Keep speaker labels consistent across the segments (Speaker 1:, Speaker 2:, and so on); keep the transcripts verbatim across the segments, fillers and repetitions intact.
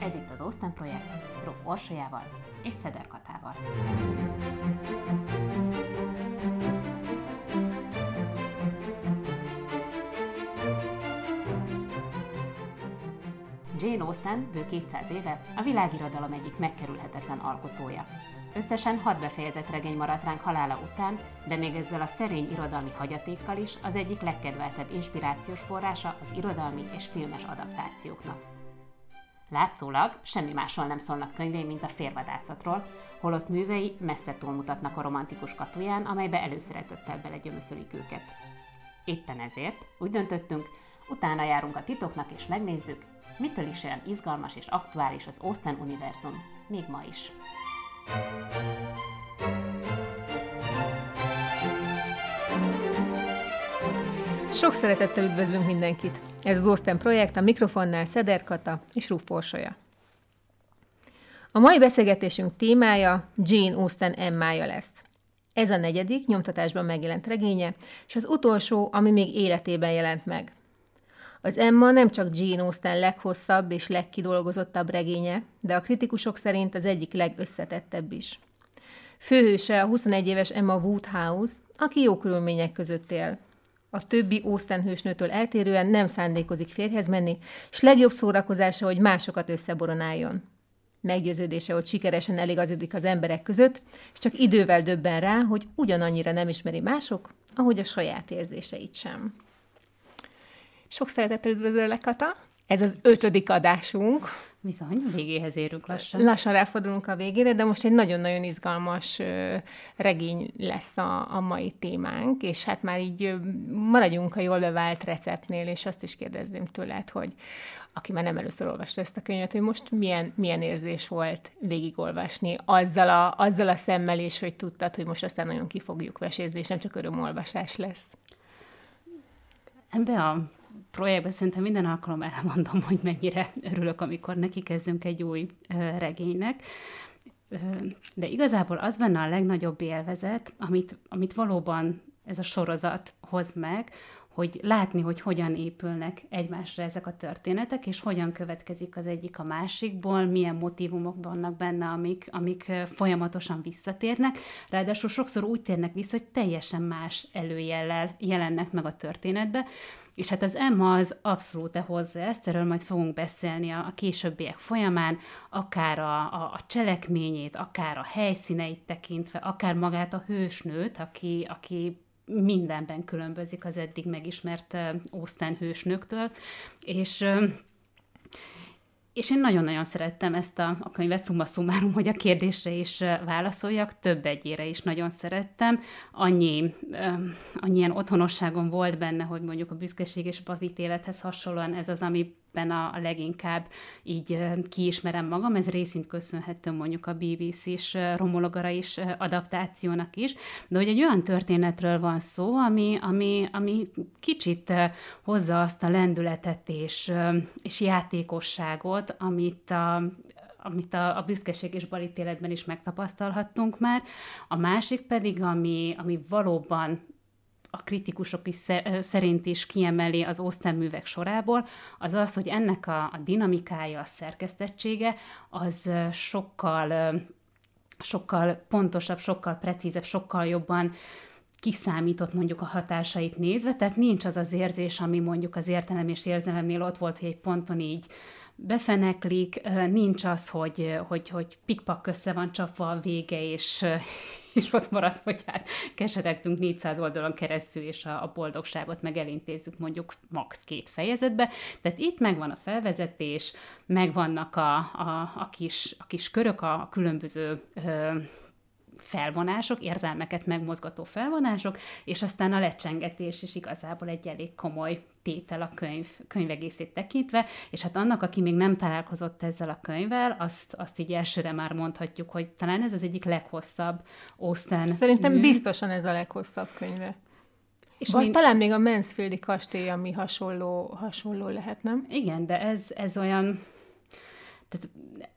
Speaker 1: Ez itt az Austen Projekt, Gróf Orsolyával és Szeder Katával. Jane Austen bő kétszáz éve a világirodalom egyik megkerülhetetlen alkotója. Összesen hat befejezett regény maradt ránk halála után, de még ezzel a szerény irodalmi hagyatékkal is az egyik legkedveltebb inspirációs forrása az irodalmi és filmes adaptációknak. Látszólag semmi másról nem szólnak könyvei, mint a férvadászatról, holott művei messze túlmutatnak a romantikus katuján, amelybe előszeretettel belegyömöszölik őket. Éppen ezért úgy döntöttünk, utána járunk a titoknak és megnézzük, mitől is olyan izgalmas és aktuális az Austen univerzum, még ma is.
Speaker 2: Sok szeretettel üdvözlünk mindenkit! Ez az Austen Projekt, a mikrofonnál Szeder Kata és Gróf Orsolya. A mai beszélgetésünk témája Jane Austen Emmája lesz. Ez a negyedik nyomtatásban megjelent regénye, és az utolsó, ami még életében jelent meg. Az Emma nem csak Jane Austen leghosszabb és legkidolgozottabb regénye, de a kritikusok szerint az egyik legösszetettebb is. Főhőse a huszonegy éves Emma Woodhouse, aki jó körülmények között él. A többi Austen hősnőtől eltérően nem szándékozik férjhez menni, és legjobb szórakozása, hogy másokat összeboronáljon. Meggyőződése, hogy sikeresen eligazodik az emberek között, és csak idővel döbben rá, hogy ugyanannyira nem ismeri mások, ahogy a saját érzéseit sem. Sok szeretettel üdvözöllek, Kata! Ez az ötödik adásunk.
Speaker 1: Bizony, végéhez érünk lassan.
Speaker 2: Lassan ráfordulunk a végére, de most egy nagyon-nagyon izgalmas regény lesz a, a mai témánk, és hát már így maradjunk a jól bevált receptnél, és azt is kérdezném tőled, hogy aki már nem először olvasta ezt a könyvet, hogy most milyen, milyen érzés volt végigolvasni azzal a, azzal a szemmel is, hogy tudtad, hogy most aztán nagyon ki fogjuk vesézni, és nem csak örömolvasás lesz.
Speaker 1: Ebbe a projektben szerintem minden alkalommal elmondom, hogy mennyire örülök, amikor neki kezdünk egy új uh, regénynek. Uh, de igazából az benne a legnagyobb élvezet, amit, amit valóban ez a sorozat hoz meg, hogy látni, hogy hogyan épülnek egymásra ezek a történetek, és hogyan következik az egyik a másikból, milyen motívumok vannak benne, amik, amik folyamatosan visszatérnek. Ráadásul sokszor úgy térnek vissza, hogy teljesen más előjellel jelennek meg a történetbe, és hát az Emma az abszolút hozza ezt, erről majd fogunk beszélni a, a későbbiek folyamán, akár a, a, a cselekményét, akár a helyszíneit tekintve, akár magát a hősnőt, aki, aki mindenben különbözik az eddig megismert Austen hősnőktől, és, és én nagyon-nagyon szerettem ezt a, a könyvet, summa summarum, hogy a kérdésre is válaszoljak, több egyére is nagyon szerettem. Annyi, annyi ilyen otthonosságom volt benne, hogy mondjuk a Büszkeség és Bavítélethez hasonlóan ez az, ami A, a leginkább így kiismerem magam, ez részint köszönhető mondjuk a bé bé cés Romologara is adaptációnak is, de hogy egy olyan történetről van szó, ami, ami, ami kicsit hozza azt a lendületet és, és játékosságot, amit a amit a, a Büszkeség és Bavítéletben is megtapasztalhattunk már. A másik pedig, ami, ami valóban a kritikusok is szerint is kiemeli az Austen művek sorából, az az, hogy ennek a, a dinamikája, a szerkesztettsége, az sokkal, sokkal pontosabb, sokkal precízebb, sokkal jobban kiszámított mondjuk a hatásait nézve, tehát nincs az az érzés, ami mondjuk az értelem és érzelemnél ott volt, hogy egy ponton így befeneklik, nincs az, hogy, hogy, hogy pikpak össze van csapva a vége, és, és ott marad, hogy hát keseregtünk négyszáz oldalon keresztül, és a, a boldogságot meg elintézzük mondjuk max. két fejezetbe. Tehát itt megvan a felvezetés, megvannak a, a, a, kis, a kis körök, a különböző ö, felvonások, érzelmeket megmozgató felvonások, és aztán a lecsengetés is igazából egy elég komoly tétel a könyv, könyvegészét tekintve, és hát annak, aki még nem találkozott ezzel a könyvvel, azt, azt így elsőre már mondhatjuk, hogy talán ez az egyik leghosszabb Austen.
Speaker 2: Szerintem
Speaker 1: mű.
Speaker 2: Biztosan ez a leghosszabb könyve. És vagy mind... talán még a Mansfieldi kastély, ami hasonló, hasonló lehet, nem?
Speaker 1: Igen, de ez, ez olyan... Tehát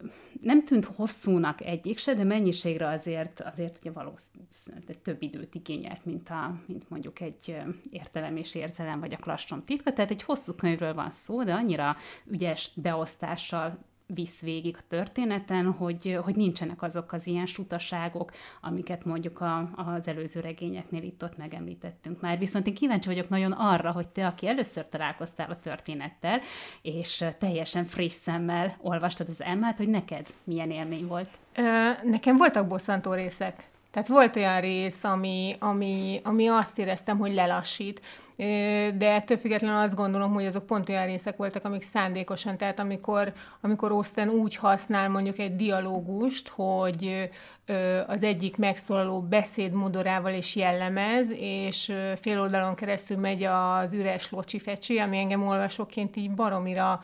Speaker 1: nem tűnt hosszúnak egyik se, de mennyiségre azért, azért ugye valószínűleg több időt igényelt, mint, a, mint mondjuk egy értelem és érzelem, vagy a Klastrom titka. Tehát egy hosszú könyvről van szó, de annyira ügyes beosztással visz végig a történeten, hogy, hogy nincsenek azok az ilyen sutaságok, amiket mondjuk a, az előző regényeknél itt-ott megemlítettünk már. Viszont én kíváncsi vagyok nagyon arra, hogy te, aki először találkoztál a történettel, és teljesen friss szemmel olvastad az Emmát, hogy neked milyen élmény volt?
Speaker 2: Nekem voltak bosszantó részek. Tehát volt olyan rész, ami, ami, ami azt éreztem, hogy lelassít. De ettől függetlenül azt gondolom, hogy azok pont olyan részek voltak, amik szándékosan, tehát amikor, amikor Austen úgy használ mondjuk egy dialógust, hogy az egyik megszólaló beszédmodorával is jellemez, és fél oldalon keresztül megy az üres locsi-fecsi, ami engem olvasóként így baromira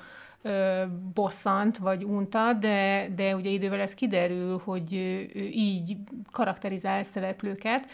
Speaker 2: bosszant, vagy untat, de, de ugye idővel ez kiderül, hogy így karakterizál szereplőket.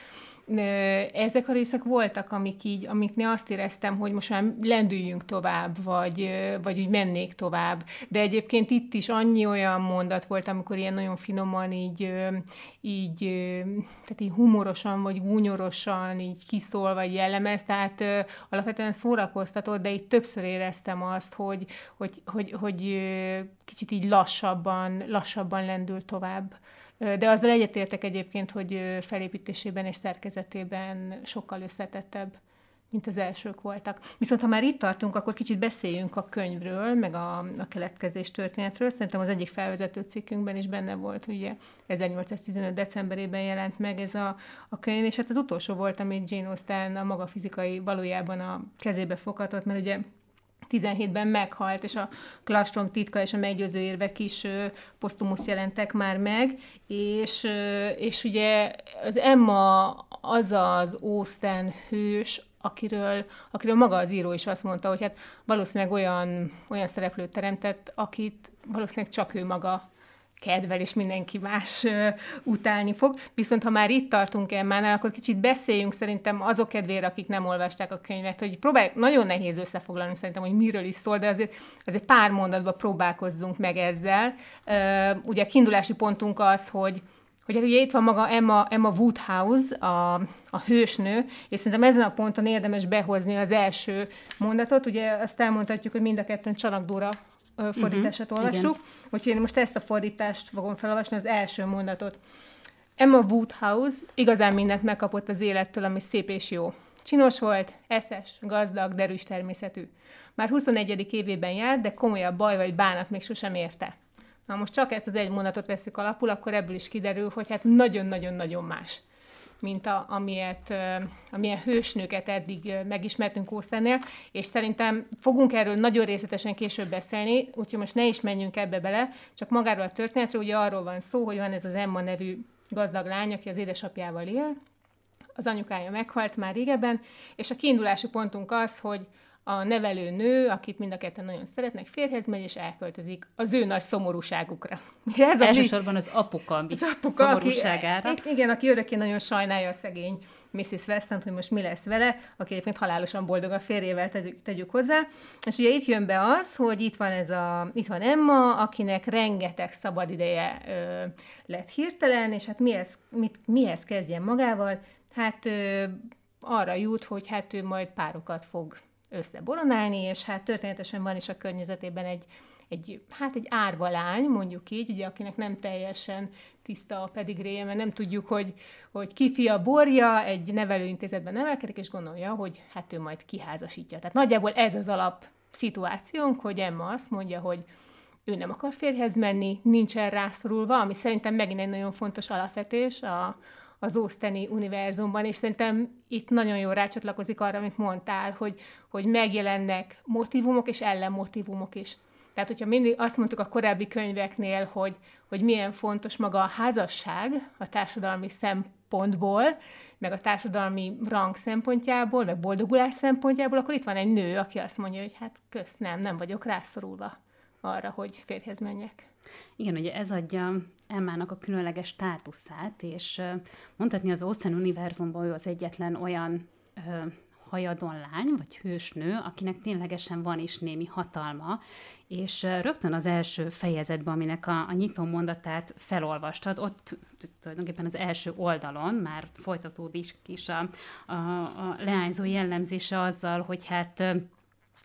Speaker 2: Ezek a részek voltak, amik így, amiknél azt éreztem, hogy most már lendüljünk tovább, vagy, vagy úgy mennék tovább. De egyébként itt is annyi olyan mondat volt, amikor ilyen nagyon finoman, így, így, tehát így humorosan, vagy gúnyorosan így kiszól, vagy jellemez, tehát alapvetően szórakoztatott, de itt többször éreztem azt, hogy, hogy, hogy, hogy kicsit így lassabban, lassabban lendül tovább. De azzal egyetértek egyébként, hogy felépítésében és szerkezetében sokkal összetettebb, mint az elsők voltak. Viszont ha már itt tartunk, akkor kicsit beszéljünk a könyvről, meg a, a keletkezés történetről. Szerintem az egyik felvezető cikkünkben is benne volt, hogy ugye ezernyolcszáztizenöt decemberében jelent meg ez a, a könyv, és hát az utolsó volt, amit Jane Austen a maga fizikai valójában a kezébe foghatott, mert ugye tizenhétben meghalt, és a Klastrom titka és a meggyőző érvek is posztumusz jelentek már meg, és, és ugye az Emma az az Austen hős, akiről, akiről maga az író is azt mondta, hogy hát valószínűleg olyan, olyan szereplőt teremtett, akit valószínűleg csak ő maga kedvel, és mindenki más uh, utálni fog. Viszont ha már itt tartunk Emmánál, akkor kicsit beszéljünk szerintem azok kedvére, akik nem olvasták a könyvet, hogy próbáljuk, nagyon nehéz összefoglalni szerintem, hogy miről is szól, de azért, azért pár mondatban próbálkozzunk meg ezzel. Uh, ugye a kiindulási pontunk az, hogy hogy hát ugye itt van maga Emma, Emma Woodhouse, a, a hősnő, és szerintem ezen a ponton érdemes behozni az első mondatot. Ugye azt elmondhatjuk, hogy mind a ketten Csanak Dóra fordítását uh-huh, olvassuk. Úgyhogy én most ezt a fordítást fogom felolvasni, az első mondatot. Emma Woodhouse igazán mindent megkapott az élettől, ami szép és jó. Csinos volt, eszes, gazdag, derűs természetű. Már huszonegyedik évében járt, de komolyabb baj vagy bánat még sosem érte. Na most csak ezt az egy mondatot veszük alapul, akkor ebből is kiderül, hogy hát nagyon-nagyon-nagyon más, mint a, amilyet, amilyen hősnőket eddig megismertünk Austennél, és szerintem fogunk erről nagyon részletesen később beszélni, úgyhogy most ne is menjünk ebbe bele, csak magáról a történetről, ugye arról van szó, hogy van ez az Emma nevű gazdag lány, aki az édesapjával él, az anyukája meghalt már régebben, és a kiindulási pontunk az, hogy a nevelő nő, akit mind a ketten nagyon szeretnek, férjhez megy, és elköltözik az ő nagy szomorúságukra.
Speaker 1: Ez Elsősorban az apuka, az apuka szomorúságára.
Speaker 2: Aki, igen, aki örökké nagyon sajnálja a szegény missziz Weston, hogy most mi lesz vele, aki egyébként halálosan boldog a férjével, tegyük, tegyük hozzá. És ugye itt jön be az, hogy itt van, ez a, itt van Emma, akinek rengeteg szabadideje ö, lett hirtelen, és hát mihez, mit, mihez kezdjen magával? Hát ö, arra jut, hogy hát ő majd párokat fog összeboronálni, és hát történetesen van is a környezetében egy, egy, hát egy árva lány, mondjuk így, ugye, akinek nem teljesen tiszta a pedigréje, mert nem tudjuk, hogy, hogy ki fia borja, egy nevelőintézetben nevelkedik, és gondolja, hogy hát ő majd kiházasítja. Tehát nagyjából ez az alap szituációnk, hogy Emma azt mondja, hogy ő nem akar férjhez menni, nincsen rászorulva, ami szerintem megint egy nagyon fontos alapvetés a az austeni univerzumban, és szerintem itt nagyon jól rácsatlakozik arra, amit mondtál, hogy, hogy megjelennek motívumok és ellenmotívumok is. Tehát, hogyha mindig azt mondtuk a korábbi könyveknél, hogy, hogy milyen fontos maga a házasság a társadalmi szempontból, meg a társadalmi rang szempontjából, meg boldogulás szempontjából, akkor itt van egy nő, aki azt mondja, hogy hát kösz, nem, nem vagyok rászorulva arra, hogy férjhez menjek.
Speaker 1: Igen, ugye ez adja Emmának a különleges státuszát, és mondhatni az Austen univerzumban ő az egyetlen olyan ö, hajadon lány, vagy hősnő, akinek ténylegesen van is némi hatalma, és rögtön az első fejezetben, aminek a, a nyitó mondatát felolvastad, ott tulajdonképpen az első oldalon már folytatódik is a, a, a leányzó jellemzése azzal, hogy hát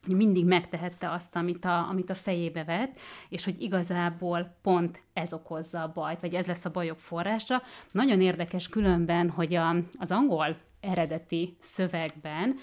Speaker 1: mindig megtehette azt, amit a, amit a fejébe vett, és hogy igazából pont ez okozza a bajt, vagy ez lesz a bajok forrása. Nagyon érdekes különben, hogy a, az angol eredeti szövegben,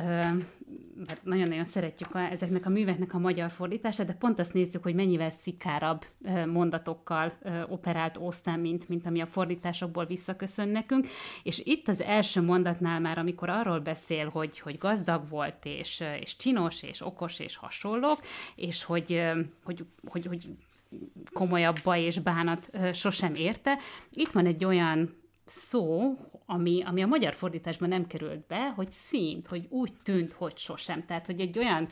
Speaker 1: mert nagyon-nagyon szeretjük a, ezeknek a műveknek a magyar fordítását, de pont azt nézzük, hogy mennyivel szikárabb mondatokkal operált Austen, mint, mint ami a fordításokból visszaköszön nekünk, és itt az első mondatnál már, amikor arról beszél, hogy, hogy gazdag volt, és, és csinos, és okos, és hasonlók, és hogy, hogy, hogy, hogy komolyabb baj és bánat sosem érte, itt van egy olyan szó, ami, ami a magyar fordításban nem került be, hogy seemed, hogy úgy tűnt, hogy sosem. Tehát, hogy egy olyan,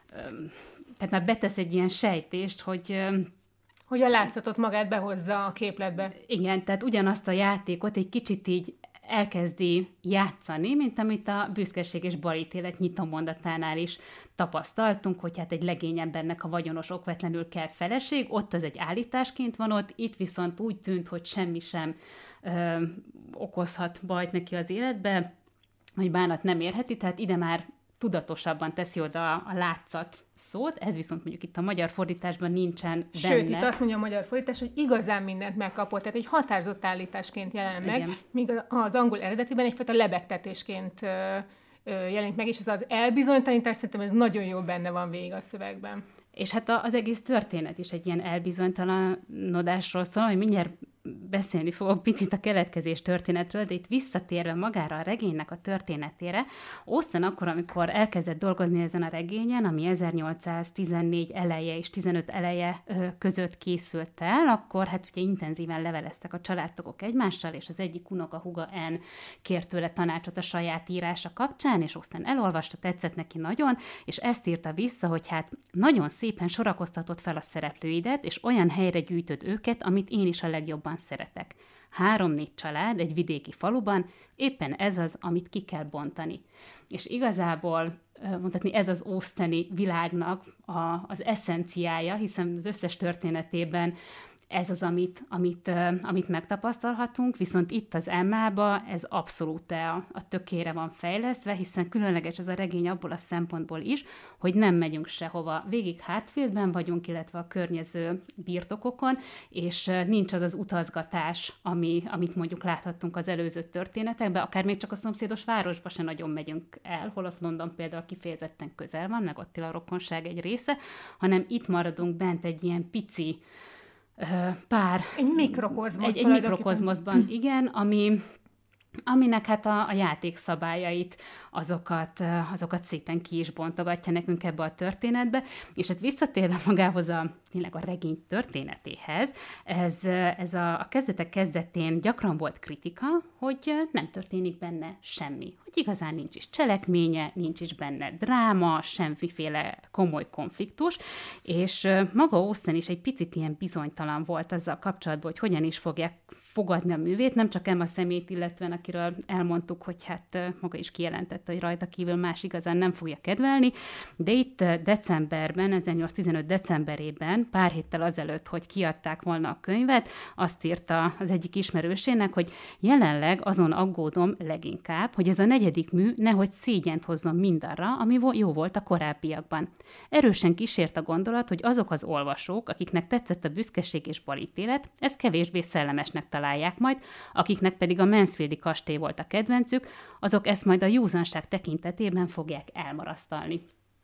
Speaker 1: tehát már betesz egy ilyen sejtést, hogy...
Speaker 2: Hogy a látszatot magát behozza a képletbe.
Speaker 1: Igen, tehát ugyanazt a játékot egy kicsit így elkezdi játszani, mint amit a Büszkeség és balítélet nyitó mondatánál is tapasztaltunk, hogy hát egy legény embernek a vagyonos okvetlenül kell feleség, ott az egy állításként van ott, itt viszont úgy tűnt, hogy semmi sem ö, okozhat bajt neki az életbe, hogy bánat nem érheti, tehát ide már tudatosabban teszi oda a látszat szót, ez viszont mondjuk itt a magyar fordításban nincsen benne.
Speaker 2: Sőt, itt azt mondja a magyar fordítás, hogy igazán mindent megkapott, tehát egy határozott állításként jelen meg, igen. Míg az angol eredetiben egyfajta lebegtetésként jelenik meg, és ez az elbizonytalanítás, szerintem ez nagyon jó benne van végig a szövegben.
Speaker 1: És hát az egész történet is egy ilyen elbizonytalanodásról szól, hogy mindjárt beszélni fogok picit a keletkezés történetről, de itt visszatérve magára a regénynek a történetére, Austen akkor, amikor elkezdett dolgozni ezen a regényen, ami ezernyolcszáztizennégy eleje és tizenöt eleje között készült el, akkor hát ugye intenzíven leveleztek a családtagok egymással, és az egyik unoka húga Anne kért tőle tanácsot a saját írása kapcsán, és Austen elolvasta, tetszett neki nagyon, és ezt írta vissza, hogy hát nagyon szépen sorakoztatott fel a szereplőidet, és olyan helyre gyűjtöd őket, amit én is a legjobban szeretek. Három-négy család egy vidéki faluban, éppen ez az, amit ki kell bontani. És igazából mondhatni, ez az austeni világnak a, az eszenciája, hiszen az összes történetében ez az, amit, amit, amit megtapasztalhatunk, viszont itt az Emmába ez abszolút a, a tökére van fejlesztve, hiszen különleges ez a regény abból a szempontból is, hogy nem megyünk sehova. Végig Hatfieldben vagyunk, illetve a környező birtokokon, és nincs az az utazgatás, ami, amit mondjuk láthattunk az előző történetekben, akár még csak a szomszédos városba se nagyon megyünk el, holott London például kifejezetten közel van, meg ott a rokonság egy része, hanem itt maradunk bent egy ilyen pici pár...
Speaker 2: Egy mikrokozmosz.
Speaker 1: Egy, egy mikrokozmoszban, igen, ami, aminek hát a, a játékszabályait, azokat, azokat szépen ki is bontogatja nekünk ebbe a történetbe, és hát visszatérve magához a, tényleg a regény történetéhez, ez, ez a, a kezdetek kezdetén gyakran volt kritika, hogy nem történik benne semmi, hogy igazán nincs is cselekménye, nincs is benne dráma, semmiféle komoly konfliktus, és maga Austen is egy picit ilyen bizonytalan volt azzal kapcsolatban, hogy hogyan is fogják fogadni a művét, nem csak Emma szemét, illetően akiről elmondtuk, hogy hát maga is kijelentette, hogy rajta kívül más igazán nem fogja kedvelni, de itt decemberben, ezernyolcszáztizenöt decemberében, pár héttel azelőtt, hogy kiadták volna a könyvet, azt írta az egyik ismerősének, hogy jelenleg azon aggódom leginkább, hogy ez a negyedik mű nehogy szégyent hozzon mindarra, ami jó volt a korábbiakban. Erősen kísért a gondolat, hogy azok az olvasók, akiknek tetszett a Büszkeség és balítélet, ezt kevésbé szellemesnek találják majd, akiknek pedig a Mansfieldi kastély volt a kedvencük, azok ezt majd a józanság tekintetében fogják elmarasztalni.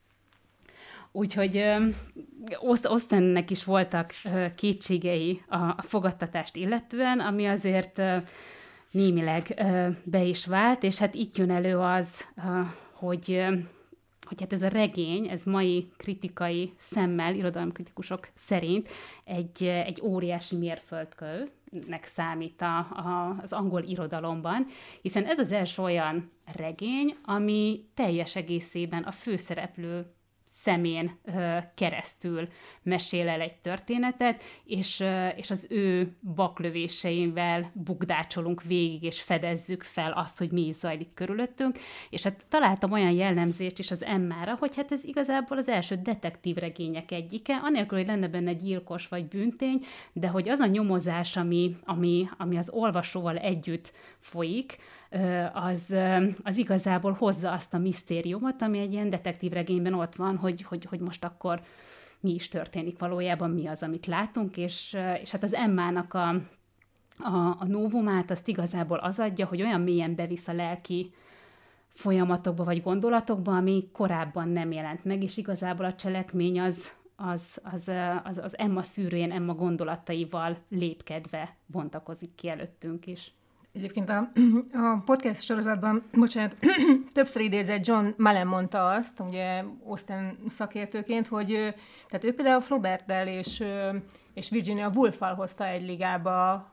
Speaker 1: Úgyhogy Austennek is voltak kétségei a fogadtatást illetően, ami azért némileg be is vált, és hát itt jön elő az, hogy, hogy hát ez a regény, ez mai kritikai szemmel, irodalomkritikusok szerint egy, egy óriási mérföldkőnek számít a, a, az angol irodalomban, hiszen ez az első olyan regény, ami teljes egészében a főszereplő szemén ö, keresztül mesél el egy történetet, és, ö, és az ő baklövéseivel bukdácsolunk végig, és fedezzük fel azt, hogy mi is zajlik körülöttünk, és hát találtam olyan jellemzést is az Emmára, hogy hát ez igazából az első detektív regények egyike, anélkül, hogy lenne benne gyilkos vagy bűntény, de hogy az a nyomozás, ami, ami, ami az olvasóval együtt folyik, az, az igazából hozza azt a misztériumot, ami egy ilyen detektív regényben ott van, hogy, hogy, hogy most akkor mi is történik valójában, mi az, amit látunk, és, és hát az Emmának a, a, a novumát azt igazából az adja, hogy olyan mélyen bevisz a lelki folyamatokba vagy gondolatokba, ami korábban nem jelent meg, és igazából a cselekmény az, az, az, az, az Emma szűrőjén, Emma gondolataival lépkedve bontakozik ki előttünk is.
Speaker 2: Egyébként a, a podcast sorozatban, bocsánat, többször idézett John Mullen mondta azt, ugye Austen szakértőként, hogy tehát ő például Flauberttel és, és Virginia Woolffal hozta egy ligába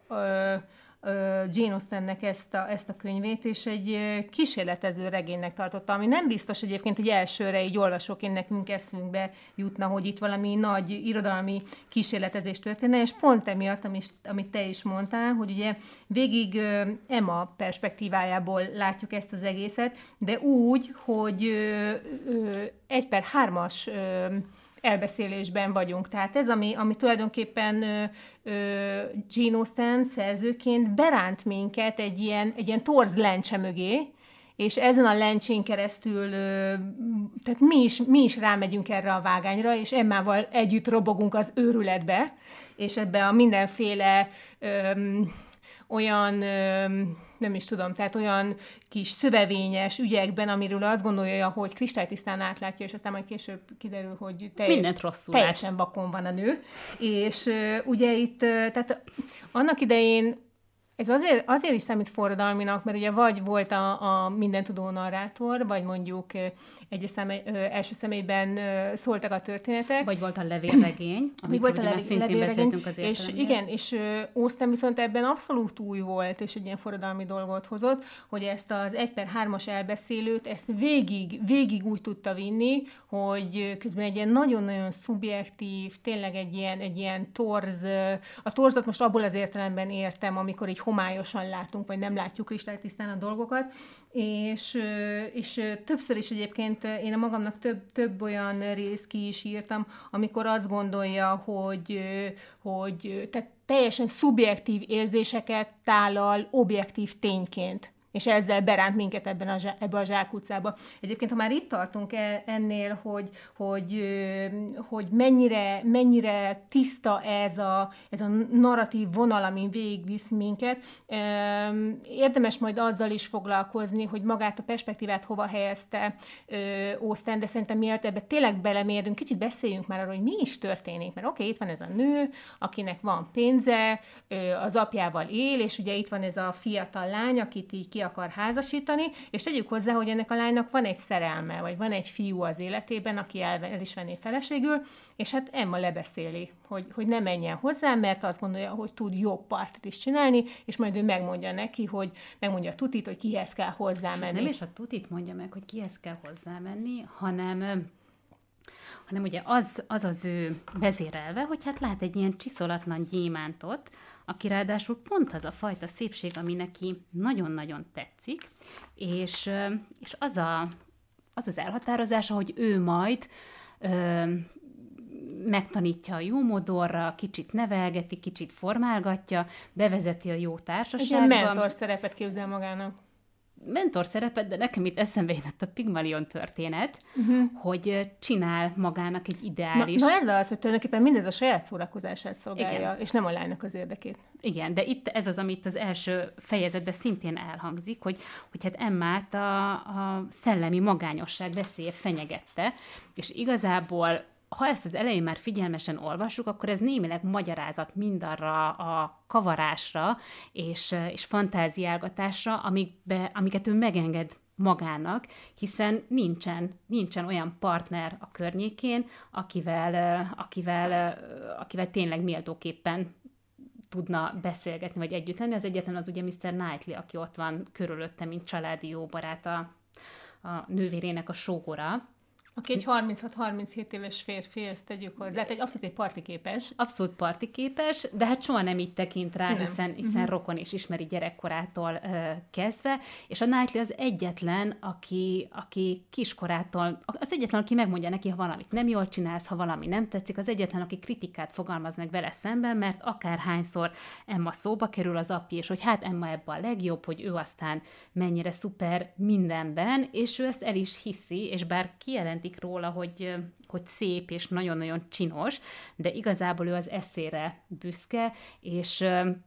Speaker 2: Jane Austennek ezt a, ezt a könyvét, és egy kísérletező regénynek tartotta, ami nem biztos egyébként, hogy elsőre így olvasóként nekünk eszünkbe jutna, hogy itt valami nagy irodalmi kísérletezés történne, és pont emiatt, amit te is mondtál, hogy ugye végig Emma perspektívájából látjuk ezt az egészet, de úgy, hogy egy per hármas elbeszélésben vagyunk. Tehát ez, ami, ami tulajdonképpen ö, ö, Jane Austen szerzőként beránt minket egy ilyen, egy ilyen torz lencse mögé, és ezen a lencsén keresztül ö, tehát mi is, mi is rámegyünk erre a vágányra, és Emmával együtt robogunk az őrületbe, és ebbe a mindenféle ö, olyan, ö, nem is tudom, tehát olyan kis szövevényes ügyekben, amiről azt gondolja, hogy kristálytisztán átlátja, és aztán majd később kiderül, hogy teljes, teljesen vakon van a nő. És uh, ugye itt, uh, tehát annak idején ez azért, azért is számít forradalminak, mert ugye vagy volt a, a mindentudó narrátor, vagy mondjuk egy személy, első személyben szóltak a történetek.
Speaker 1: Vagy volt a levélregény,
Speaker 2: amit volt a levé-
Speaker 1: szintén beszéltünk az
Speaker 2: és igen, és Austen viszont ebben abszolút új volt, és egy ilyen forradalmi dolgot hozott, hogy ezt az egy per hármas elbeszélőt, ezt végig, végig úgy tudta vinni, hogy közben egy ilyen nagyon-nagyon szubjektív, tényleg egy ilyen, egy ilyen torz, a torzat most abból az értelemben értem, amikor így homályosan látunk, vagy nem látjuk kristálytisztán a dolgokat, és, és többször is egyébként én a magamnak több, több olyan részt ki is írtam, amikor azt gondolja, hogy, hogy tehát teljesen szubjektív érzéseket tálal objektív tényként, és ezzel beránt minket ebben a, ebbe a zsákutcába. Egyébként, ha már itt tartunk ennél, hogy, hogy, hogy mennyire, mennyire tiszta ez a, ez a narratív vonal, amin végigvisz minket, érdemes majd azzal is foglalkozni, hogy magát a perspektívát hova helyezte Austen, de szerintem mielőtt ebbe tényleg belemérünk, kicsit beszéljünk már arról, hogy mi is történik, mert oké, okay, itt van ez a nő, akinek van pénze, az apjával él, és ugye itt van ez a fiatal lány, akit így ki akar házasítani, és tegyük hozzá, hogy ennek a lánynak van egy szerelme, vagy van egy fiú az életében, aki el, el is venné feleségül, és hát Emma lebeszéli, hogy, hogy ne menjen hozzá, mert azt gondolja, hogy tud jobb partit is csinálni, és majd ő megmondja neki, hogy megmondja a tutit, hogy kihez kell hozzámenni.
Speaker 1: Nem is a tutit mondja meg, hogy kihez kell hozzámenni, hanem hanem ugye az, az az ő vezérelve, hogy hát lát egy ilyen csiszolatlan gyémántot, aki ráadásul pont az a fajta szépség, ami neki nagyon-nagyon tetszik, és, és az, a, az az elhatározása, hogy ő majd ö, megtanítja a jó modorra, kicsit nevelgeti, kicsit formálgatja, bevezeti a jó társaságba.
Speaker 2: Egy ilyen mentor szerepet képzel magának.
Speaker 1: Mentor szerepet, de nekem itt eszembe jutott a Pigmalion történet, uh-huh. hogy csinál magának egy ideális...
Speaker 2: Na, na ez az, hogy tulajdonképpen mindez a saját szórakozását szolgálja, igen. És nem a lánynak az érdekét.
Speaker 1: Igen, de itt ez az, amit az első fejezetben szintén elhangzik, hogy, hogy hát Emmát a, a szellemi magányosság veszélye fenyegette, és igazából ha ezt az elején már figyelmesen olvassuk, akkor ez némileg magyarázat mindarra a kavarásra és, és fantáziálgatásra, amikbe, amiket ő megenged magának, hiszen nincsen, nincsen olyan partner a környékén, akivel, akivel, akivel tényleg méltóképpen tudna beszélgetni, vagy együtt lenni. Az egyetlen az ugye miszter Knightley, aki ott van körülötte, mint családi jó barát a, a nővérének a sógora.
Speaker 2: Aki egy harminchat-harminchét éves férfi, ezt tegyük hozzá. Tehát egy abszolút egy partiképes.
Speaker 1: Abszolút partiképes, de hát soha nem így tekint rá,
Speaker 2: Nem.
Speaker 1: hiszen, hiszen
Speaker 2: Uh-huh.
Speaker 1: rokon és ismeri gyerekkorától uh, kezdve, és a Knightley az egyetlen, aki, aki kiskorától, az egyetlen, aki megmondja neki, ha valamit nem jól csinálsz, ha valami nem tetszik, az egyetlen, aki kritikát fogalmaz meg vele szemben, mert akárhányszor Emma szóba kerül az apja, és hogy hát Emma ebben a legjobb, hogy ő aztán mennyire szuper mindenben, és ő ezt el is hiszi, és bár kijelentik róla, hogy, hogy szép és nagyon-nagyon csinos, de igazából ő az eszére büszke, és,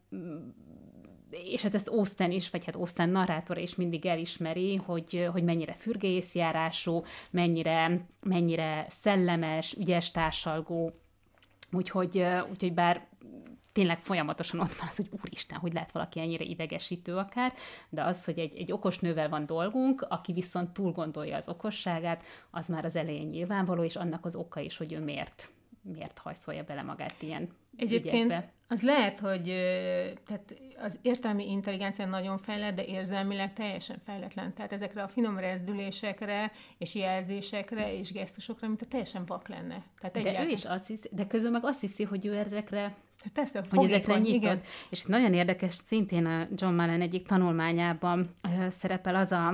Speaker 1: és hát ezt Austen is, vagy hát Austen narrátora is mindig elismeri, hogy, hogy mennyire fürgészjárású, mennyire, mennyire szellemes, ügyes társalgó, úgyhogy, úgyhogy bár tényleg folyamatosan ott van az, hogy úristen, hogy lehet valaki ennyire idegesítő akár, de az, hogy egy, egy okos nővel van dolgunk, aki viszont túl gondolja az okosságát, az már az elején nyilvánvaló, és annak az oka is, hogy ő miért, miért hajszolja bele magát ilyen
Speaker 2: Egyébként
Speaker 1: ügyekbe.
Speaker 2: Az lehet, hogy tehát az értelmi intelligencia nagyon fejlett, de érzelmileg teljesen fejletlen. Tehát ezekre a finom rezdülésekre, és jelzésekre, és gesztusokra, mint a teljesen vak lenne. Tehát
Speaker 1: de egyáltalán... ő is azt hiszi, de közül meg azt hiszi, hogy ő ezekre,
Speaker 2: persze,
Speaker 1: hogy ezekre nyitott.
Speaker 2: Igen.
Speaker 1: És nagyon érdekes, szintén a John Mullen egyik tanulmányában uh, szerepel az, a,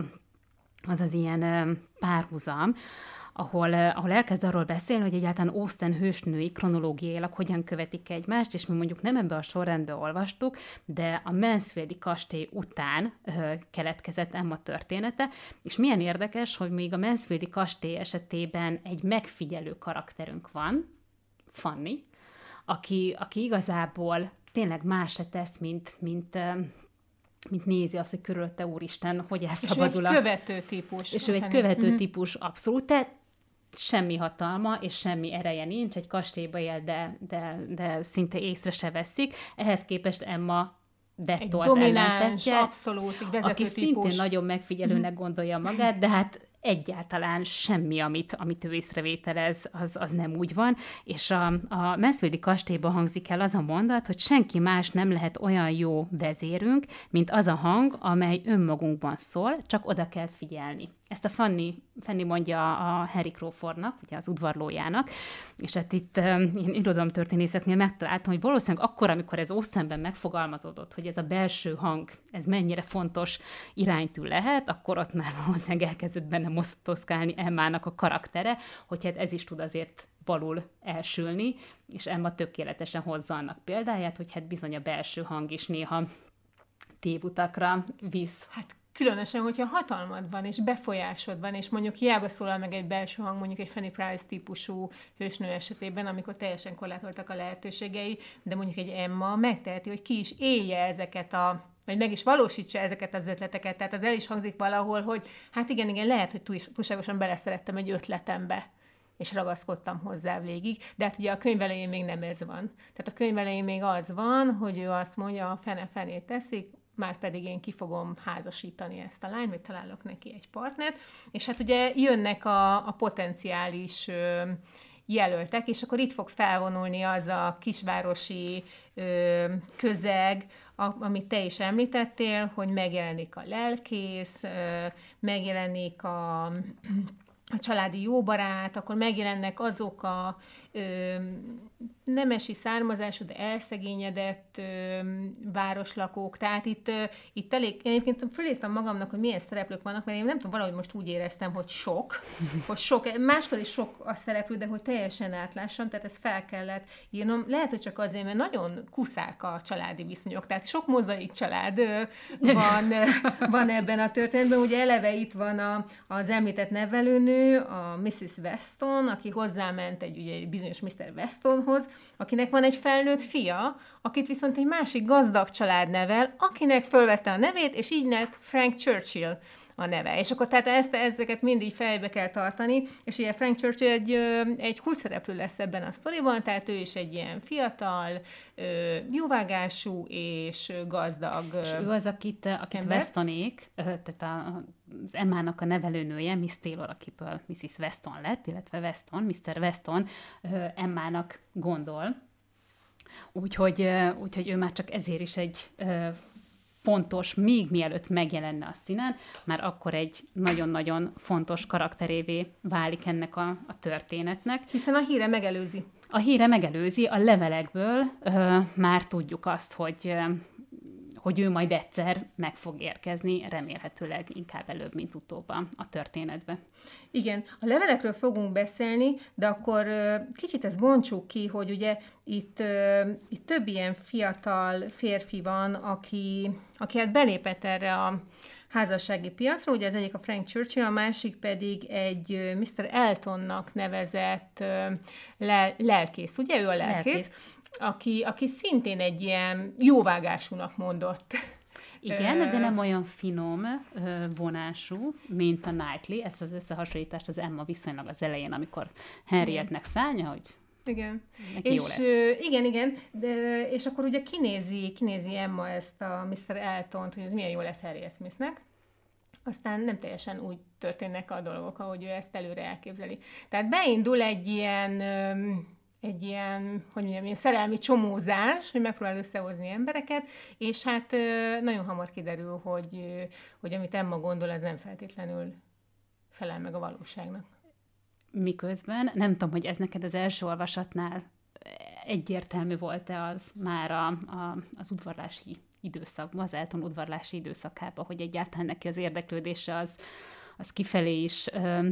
Speaker 1: az az ilyen uh, párhuzam, ahol, ahol elkezd arról beszélni, hogy egyáltalán Austen hősnői kronológiailag hogyan követik egymást, és mi mondjuk nem ebbe a sorrendbe olvastuk, de a Mansfieldi kastély után ö, keletkezett Emma története, és milyen érdekes, hogy még a Mansfieldi kastély esetében egy megfigyelő karakterünk van, Fanny, aki, aki igazából tényleg más se tesz, mint, mint mint nézi azt, hogy körülötte úristen, hogy elszabadul.
Speaker 2: És ő egy követő típus.
Speaker 1: És ő egy követő uh-huh. típus, abszolút. Tehát semmi hatalma, és semmi ereje nincs, egy kastélyba él, de, de, de szinte észre se veszik. Ehhez képest Emma Detto az ellentetje,
Speaker 2: abszolút, egy vezető
Speaker 1: aki
Speaker 2: típus.
Speaker 1: szintén nagyon megfigyelőnek gondolja magát, de hát egyáltalán semmi, amit, amit ő észrevételez, az, az nem úgy van, és a, a Mansfieldi kastélyban hangzik el az a mondat, hogy senki más nem lehet olyan jó vezérünk, mint az a hang, amely önmagunkban szól, csak oda kell figyelni. Ezt a Fanny, Fanny mondja a Harry Crawfordnak, ugye az udvarlójának, és hát itt én irodalomtörténészeknél megtaláltam, hogy valószínűleg akkor, amikor ez Austenben megfogalmazódott, hogy ez a belső hang, ez mennyire fontos iránytű lehet, akkor ott már valószínűleg elkezdett benne mosztoszkálni Emmának a karaktere, hogy hát ez is tud azért balul elsülni, és Emma tökéletesen hozza annak példáját, hogy hát bizony a belső hang is néha tévutakra visz.
Speaker 2: Hát különösen, hogyha hatalmad van, és befolyásod van, és mondjuk hiába szólal meg egy belső hang, mondjuk egy Fanny Price típusú hősnő esetében, amikor teljesen korlátoltak a lehetőségei, de mondjuk egy Emma megteheti, hogy ki is élje ezeket a vagy meg is valósítsa ezeket az ötleteket. Tehát az el is hangzik valahol, hogy hát igen, igen, lehet, hogy túlságosan beleszerettem egy ötletembe, és ragaszkodtam hozzá végig, de hát ugye a könyv elején még nem ez van. Tehát a könyv elején még az van, hogy ő azt mondja, a fene-fenét teszik, már pedig én ki fogom házasítani ezt a lányt, vagy találok neki egy partnert, és hát ugye jönnek a, a potenciális ö, jelöltek, és akkor itt fog felvonulni az a kisvárosi ö, közeg, a, amit te is említettél, hogy megjelenik a lelkész, ö, megjelenik a, a családi jóbarát, akkor megjelennek azok a ö, nemesi származású, de elszegényedett ö, városlakók. Tehát itt, ö, itt elég, én egyébként fölírtam magamnak, hogy milyen szereplők vannak, mert én nem tudom, valahogy most úgy éreztem, hogy sok, hogy sok, máskor is sok a szereplő, de hogy teljesen átlássam, tehát ezt fel kellett írnom. Lehet, hogy csak azért, mert nagyon kuszák a családi viszonyok, tehát sok mozaik család ö, van, ö, van ebben a történetben. Ugye eleve itt van a, az említett nevelőnő, a missziz Weston, aki hozzáment egy, ugye, egy bizonyos miszter Westonhoz, akinek van egy felnőtt fia, akit viszont egy másik gazdag család nevel, akinek fölvette a nevét, és így lett Frank Churchill a neve. És akkor tehát ezt, ezeket mindig fejbe kell tartani, és ugye Frank Churchill egy, egy kulcsszereplő lesz ebben a sztoriban, tehát ő is egy ilyen fiatal, jóvágású és gazdag
Speaker 1: És ő az, akit, akit Westonék, tehát a, az Emmának a nevelőnője, Miss Taylor, akiből missziz Weston lett, illetve Weston, miszter Weston Emmának gondol. Úgyhogy, úgyhogy ő már csak ezért is egy fontos, még mielőtt megjelenne a színen, már akkor egy nagyon-nagyon fontos karakterévé válik ennek a, a történetnek.
Speaker 2: Hiszen a híre megelőzi.
Speaker 1: A híre megelőzi, a levelekből ö, már tudjuk azt, hogy, ö, hogy ő majd egyszer meg fog érkezni, remélhetőleg inkább előbb, mint utóbb a történetbe.
Speaker 2: Igen, a levelekről fogunk beszélni, de akkor ö, kicsit ezt bontsuk ki, hogy ugye itt, ö, itt több ilyen fiatal férfi van, aki, aki hát belépett erre a házassági piacra, ugye az egyik a Frank Churchill, a másik pedig egy miszter Eltonnak nevezett ö, lel- lelkész, ugye ő a lelkész? lelkész. Aki, aki szintén egy ilyen jóvágásúnak mondott.
Speaker 1: Igen, de nem olyan finom vonású, mint a Knightley. Ezt az összehasonlítást az Emma viszonylag az elején, amikor Henriette-nek szállja, hogy
Speaker 2: igen.
Speaker 1: Neki
Speaker 2: és
Speaker 1: jó lesz.
Speaker 2: igen, igen, de, és akkor ugye kinézi, kinézi Emma ezt a miszter Eltont, hogy ez milyen jó lesz Harry Smithnek. Aztán nem teljesen úgy történnek a dolgok, ahogy ő ezt előre elképzeli. Tehát beindul egy ilyen... egy ilyen, hogy mondjam, ilyen szerelmi csomózás, hogy megpróbál összehozni embereket, és hát nagyon hamar kiderül, hogy, hogy amit Emma gondol, ez nem feltétlenül felel meg a valóságnak.
Speaker 1: Miközben, nem tudom, hogy ez neked az első olvasatnál egyértelmű volt-e az már a, a, az udvarlási időszakban, az Elton udvarlási időszakában, hogy egyáltalán neki az érdeklődése az, az kifelé is ö,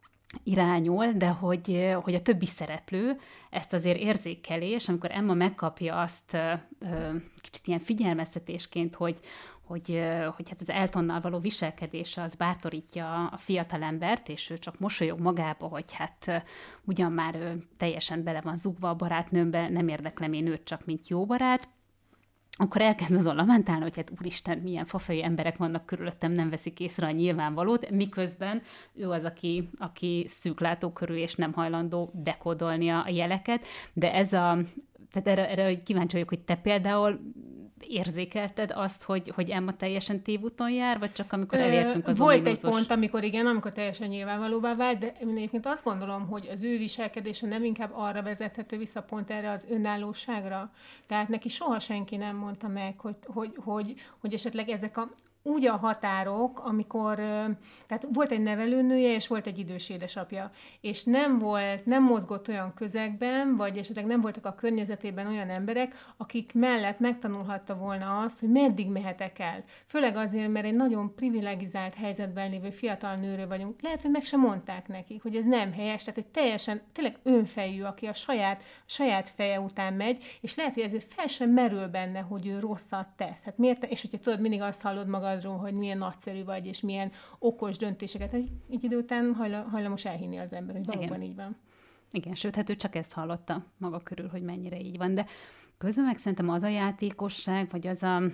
Speaker 1: irányul, de hogy, hogy a többi szereplő ezt azért érzékeli, és amikor Emma megkapja azt ö, kicsit ilyen figyelmeztetésként, hogy, hogy, hogy hát az Eltonnal való viselkedése az bátorítja a fiatalembert, és ő csak mosolyog magába, hogy hát ugyan már ő teljesen bele van zugva a barátnőmbe, nem érdeklem én őt csak, mint jó barát, akkor elkezd azon lamentálni, hogy hát úristen, milyen fafejű emberek vannak körülöttem, nem veszik észre a nyilvánvalót, miközben ő az, aki, aki szűklátókörű és nem hajlandó dekódolni a jeleket, de ez a, tehát erre, erre kíváncsi vagyok, hogy te például érzékelted azt, hogy, hogy Emma teljesen tévúton jár, vagy csak amikor elértünk az
Speaker 2: Volt
Speaker 1: ominózus...
Speaker 2: egy pont, amikor igen, amikor teljesen nyilvánvalóvá vált, de én egyébként azt gondolom, hogy az ő viselkedése nem inkább arra vezethető vissza pont erre az önállóságra. Tehát neki soha senki nem mondta meg, hogy, hogy, hogy, hogy esetleg ezek a úgy a határok, amikor, tehát volt egy nevelőnője, és volt egy idős édesapja, és nem volt, nem mozgott olyan közegben, vagy esetleg nem voltak a környezetében olyan emberek, akik mellett megtanulhatta volna azt, hogy meddig mehetek el. Főleg azért, mert egy nagyon privilegizált helyzetben lévő fiatal nőről vagyunk. Lehet, hogy meg sem mondták nekik, hogy ez nem helyes, tehát egy teljesen, tényleg önfejű, aki a saját, a saját feje után megy, és lehet, hogy ezért fel sem merül benne, hogy ő rosszat tesz. Hát miért? És hogyha tudod, mindig azt hallod magad, hogy milyen nagyszerű vagy, és milyen okos döntéseket. Így idő után hajlamos elhinni az ember, hogy valóban Igen. így van.
Speaker 1: Igen, sőt, hát ő csak ezt hallotta maga körül, hogy mennyire így van, de közben meg szerintem az a játékosság, vagy az a,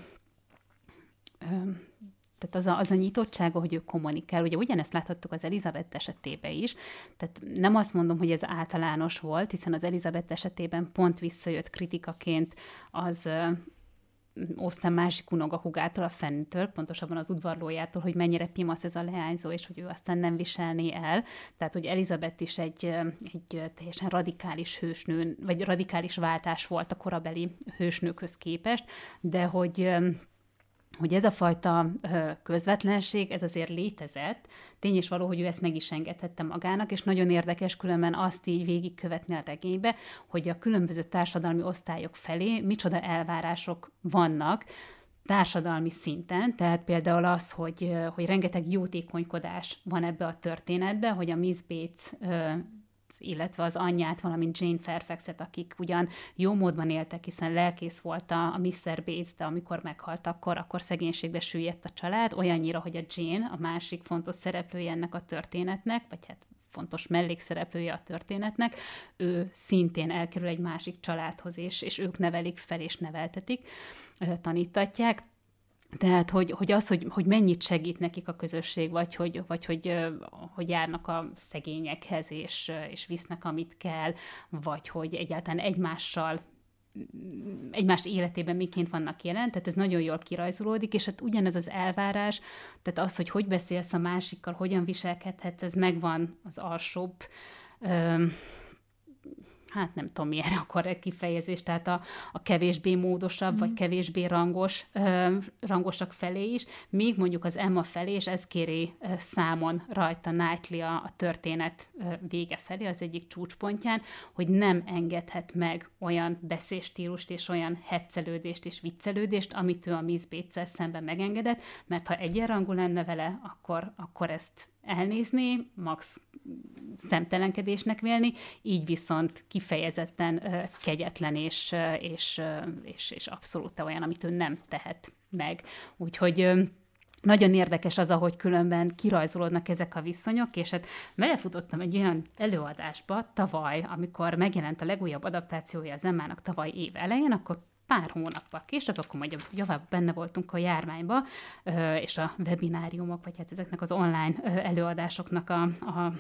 Speaker 1: tehát az a, az a nyitottsága, hogy ő kommunikál. Ugye ugyanezt láthattuk az Elizabeth esetében is, tehát nem azt mondom, hogy ez általános volt, hiszen az Elizabeth esetében pont visszajött kritikaként az Austen másik unokahúgától, a Fannytől, pontosabban az udvarlójától, hogy mennyire pimasz ez a leányzó, és hogy ő aztán nem viselné el. Tehát, hogy Elizabeth is egy, egy teljesen radikális hősnő, vagy radikális váltás volt a korabeli hősnőkhöz képest, de hogy hogy ez a fajta közvetlenség, ez azért létezett. Tény is való, hogy ő ezt meg is engedhette magának, és nagyon érdekes különben azt így végigkövetni a regénybe, hogy a különböző társadalmi osztályok felé micsoda elvárások vannak társadalmi szinten, tehát például az, hogy, hogy rengeteg jótékonykodás van ebbe a történetbe, hogy a Miss Bates illetve az anyját, valamint Jane Fairfaxet, akik ugyan jó módban éltek, hiszen lelkész volt a, a miszter Bates, de amikor meghalt akkor, akkor szegénységbe süllyedt a család, olyannyira, hogy a Jane, a másik fontos szereplője ennek a történetnek, vagy hát fontos mellékszereplője a történetnek, ő szintén elkerül egy másik családhoz, és, és ők nevelik fel és neveltetik, tanítatják. Tehát, hogy, hogy az, hogy, hogy mennyit segít nekik a közösség, vagy hogy, vagy hogy, hogy járnak a szegényekhez, és, és visznek, amit kell, vagy hogy egyáltalán egymással, egymást életében miként vannak jelen, tehát ez nagyon jól kirajzolódik, és hát ugyanez az elvárás, tehát az, hogy hogy beszélsz a másikkal, hogyan viselkedhetsz, ez megvan az alsóbb, hát nem tudom, milyen a korrekt kifejezés, tehát a, a kevésbé módosabb, mm. vagy kevésbé rangos, ö, rangosak felé is, míg mondjuk az Emma felé, és ez kéri ö, számon rajta Knightley a, a történet ö, vége felé, az egyik csúcspontján, hogy nem engedhet meg olyan beszélstílust és olyan heccelődést és viccelődést, amit ő a Miss Bates-szel szemben megengedett, mert ha egyenrangú lenne vele, akkor, akkor ezt elnézni, max szemtelenkedésnek vélni, így viszont kifejezetten uh, kegyetlen és, uh, és, uh, és, és abszolút olyan, amit ő nem tehet meg. Úgyhogy uh, nagyon érdekes az, ahogy különben kirajzolódnak ezek a viszonyok, és hát belefutottam egy olyan előadásba tavaly, amikor megjelent a legújabb adaptációja az Emmának tavaly év elején, akkor pár hónappal később, akkor majd javább benne voltunk a járványba, és a webináriumok, vagy hát ezeknek az online előadásoknak a, a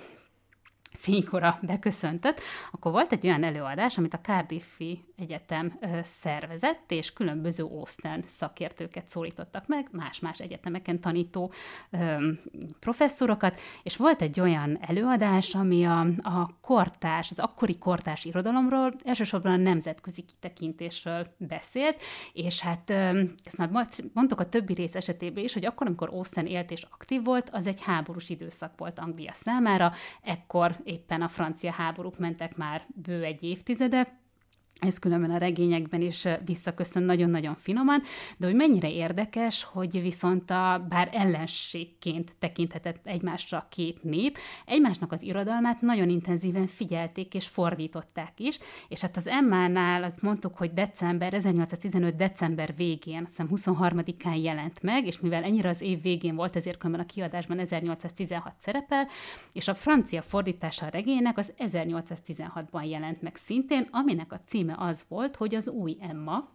Speaker 1: fénykora beköszöntött, akkor volt egy olyan előadás, amit a Cardiffi Egyetem ö, szervezett, és különböző Austen szakértőket szólítottak meg, más-más egyetemeken tanító ö, professzorokat, és volt egy olyan előadás, ami a, a kortárs, az akkori kortárs irodalomról, elsősorban a nemzetközi kitekintésről beszélt, és hát ö, ezt már mondtuk a többi rész esetében is, hogy akkor, amikor Austen élt és aktív volt, az egy háborús időszak volt Anglia számára, ekkor éppen a francia háborúk mentek már bő egy évtizede, ez különben a regényekben is visszaköszön nagyon-nagyon finoman, de hogy mennyire érdekes, hogy viszont a, bár ellenségként tekinthetett egymásra a két nép, egymásnak az irodalmát nagyon intenzíven figyelték és fordították is, és hát az Emmánál azt mondtuk, hogy december, ezernyolcszáztizenöt december végén, azt hiszem huszonharmadikán jelent meg, és mivel ennyire az év végén volt, ezért különben a kiadásban ezernyolcszáztizenhat szerepel, és a francia fordítása a regénynek az ezernyolcszáztizenhatban jelent meg szintén, aminek a cím az volt, hogy az új Emma.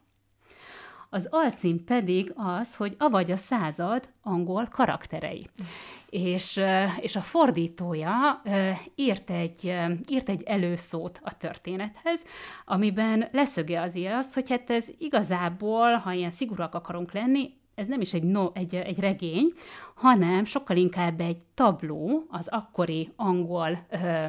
Speaker 1: Az alcím pedig az, hogy avagy a század angol karakterei. És, és a fordítója írt egy, írt egy előszót a történethez, amiben leszögezi azt, hogy hát ez igazából, ha ilyen szigorúak akarunk lenni, ez nem is egy, no, egy, egy regény, hanem sokkal inkább egy tabló az akkori angol uh,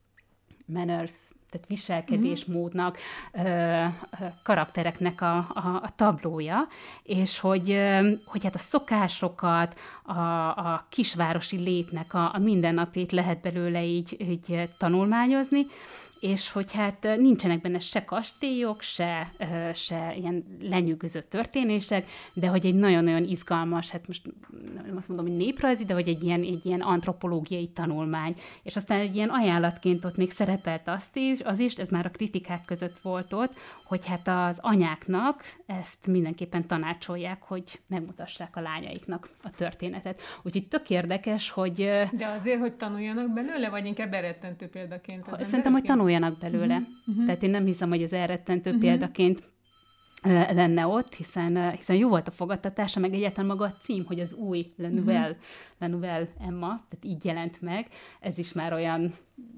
Speaker 1: manners, tehát viselkedésmódnak, ö, karaktereknek a, a, a tablója, és hogy, ö, hogy hát a szokásokat, a, a kisvárosi létnek a, a mindennapét lehet belőle így, így tanulmányozni, és hogy hát nincsenek benne se kastélyok, se, se ilyen lenyűgöző történések, de hogy egy nagyon-nagyon izgalmas, hát most nem azt mondom, hogy néprajzi, de hogy egy ilyen, egy ilyen antropológiai tanulmány. És aztán egy ilyen ajánlatként ott még szerepelt azt is, az is, ez már a kritikák között volt ott, hogy hát az anyáknak ezt mindenképpen tanácsolják, hogy megmutassák a lányaiknak a történetet. Úgyhogy tök érdekes, hogy...
Speaker 2: De azért, hogy tanuljanak belőle, vagy inkább elrettentő példaként?
Speaker 1: Szerintem, hogy tanuljanak belőle. Uh-huh. Tehát én nem hiszem, hogy ez elrettentő uh-huh. példaként uh, lenne ott, hiszen, uh, hiszen jó volt a fogadtatása, meg egyáltalán maga a cím, hogy az új Le Nouvelle, uh-huh. Le Nouvelle Emma, tehát így jelent meg. Ez is már olyan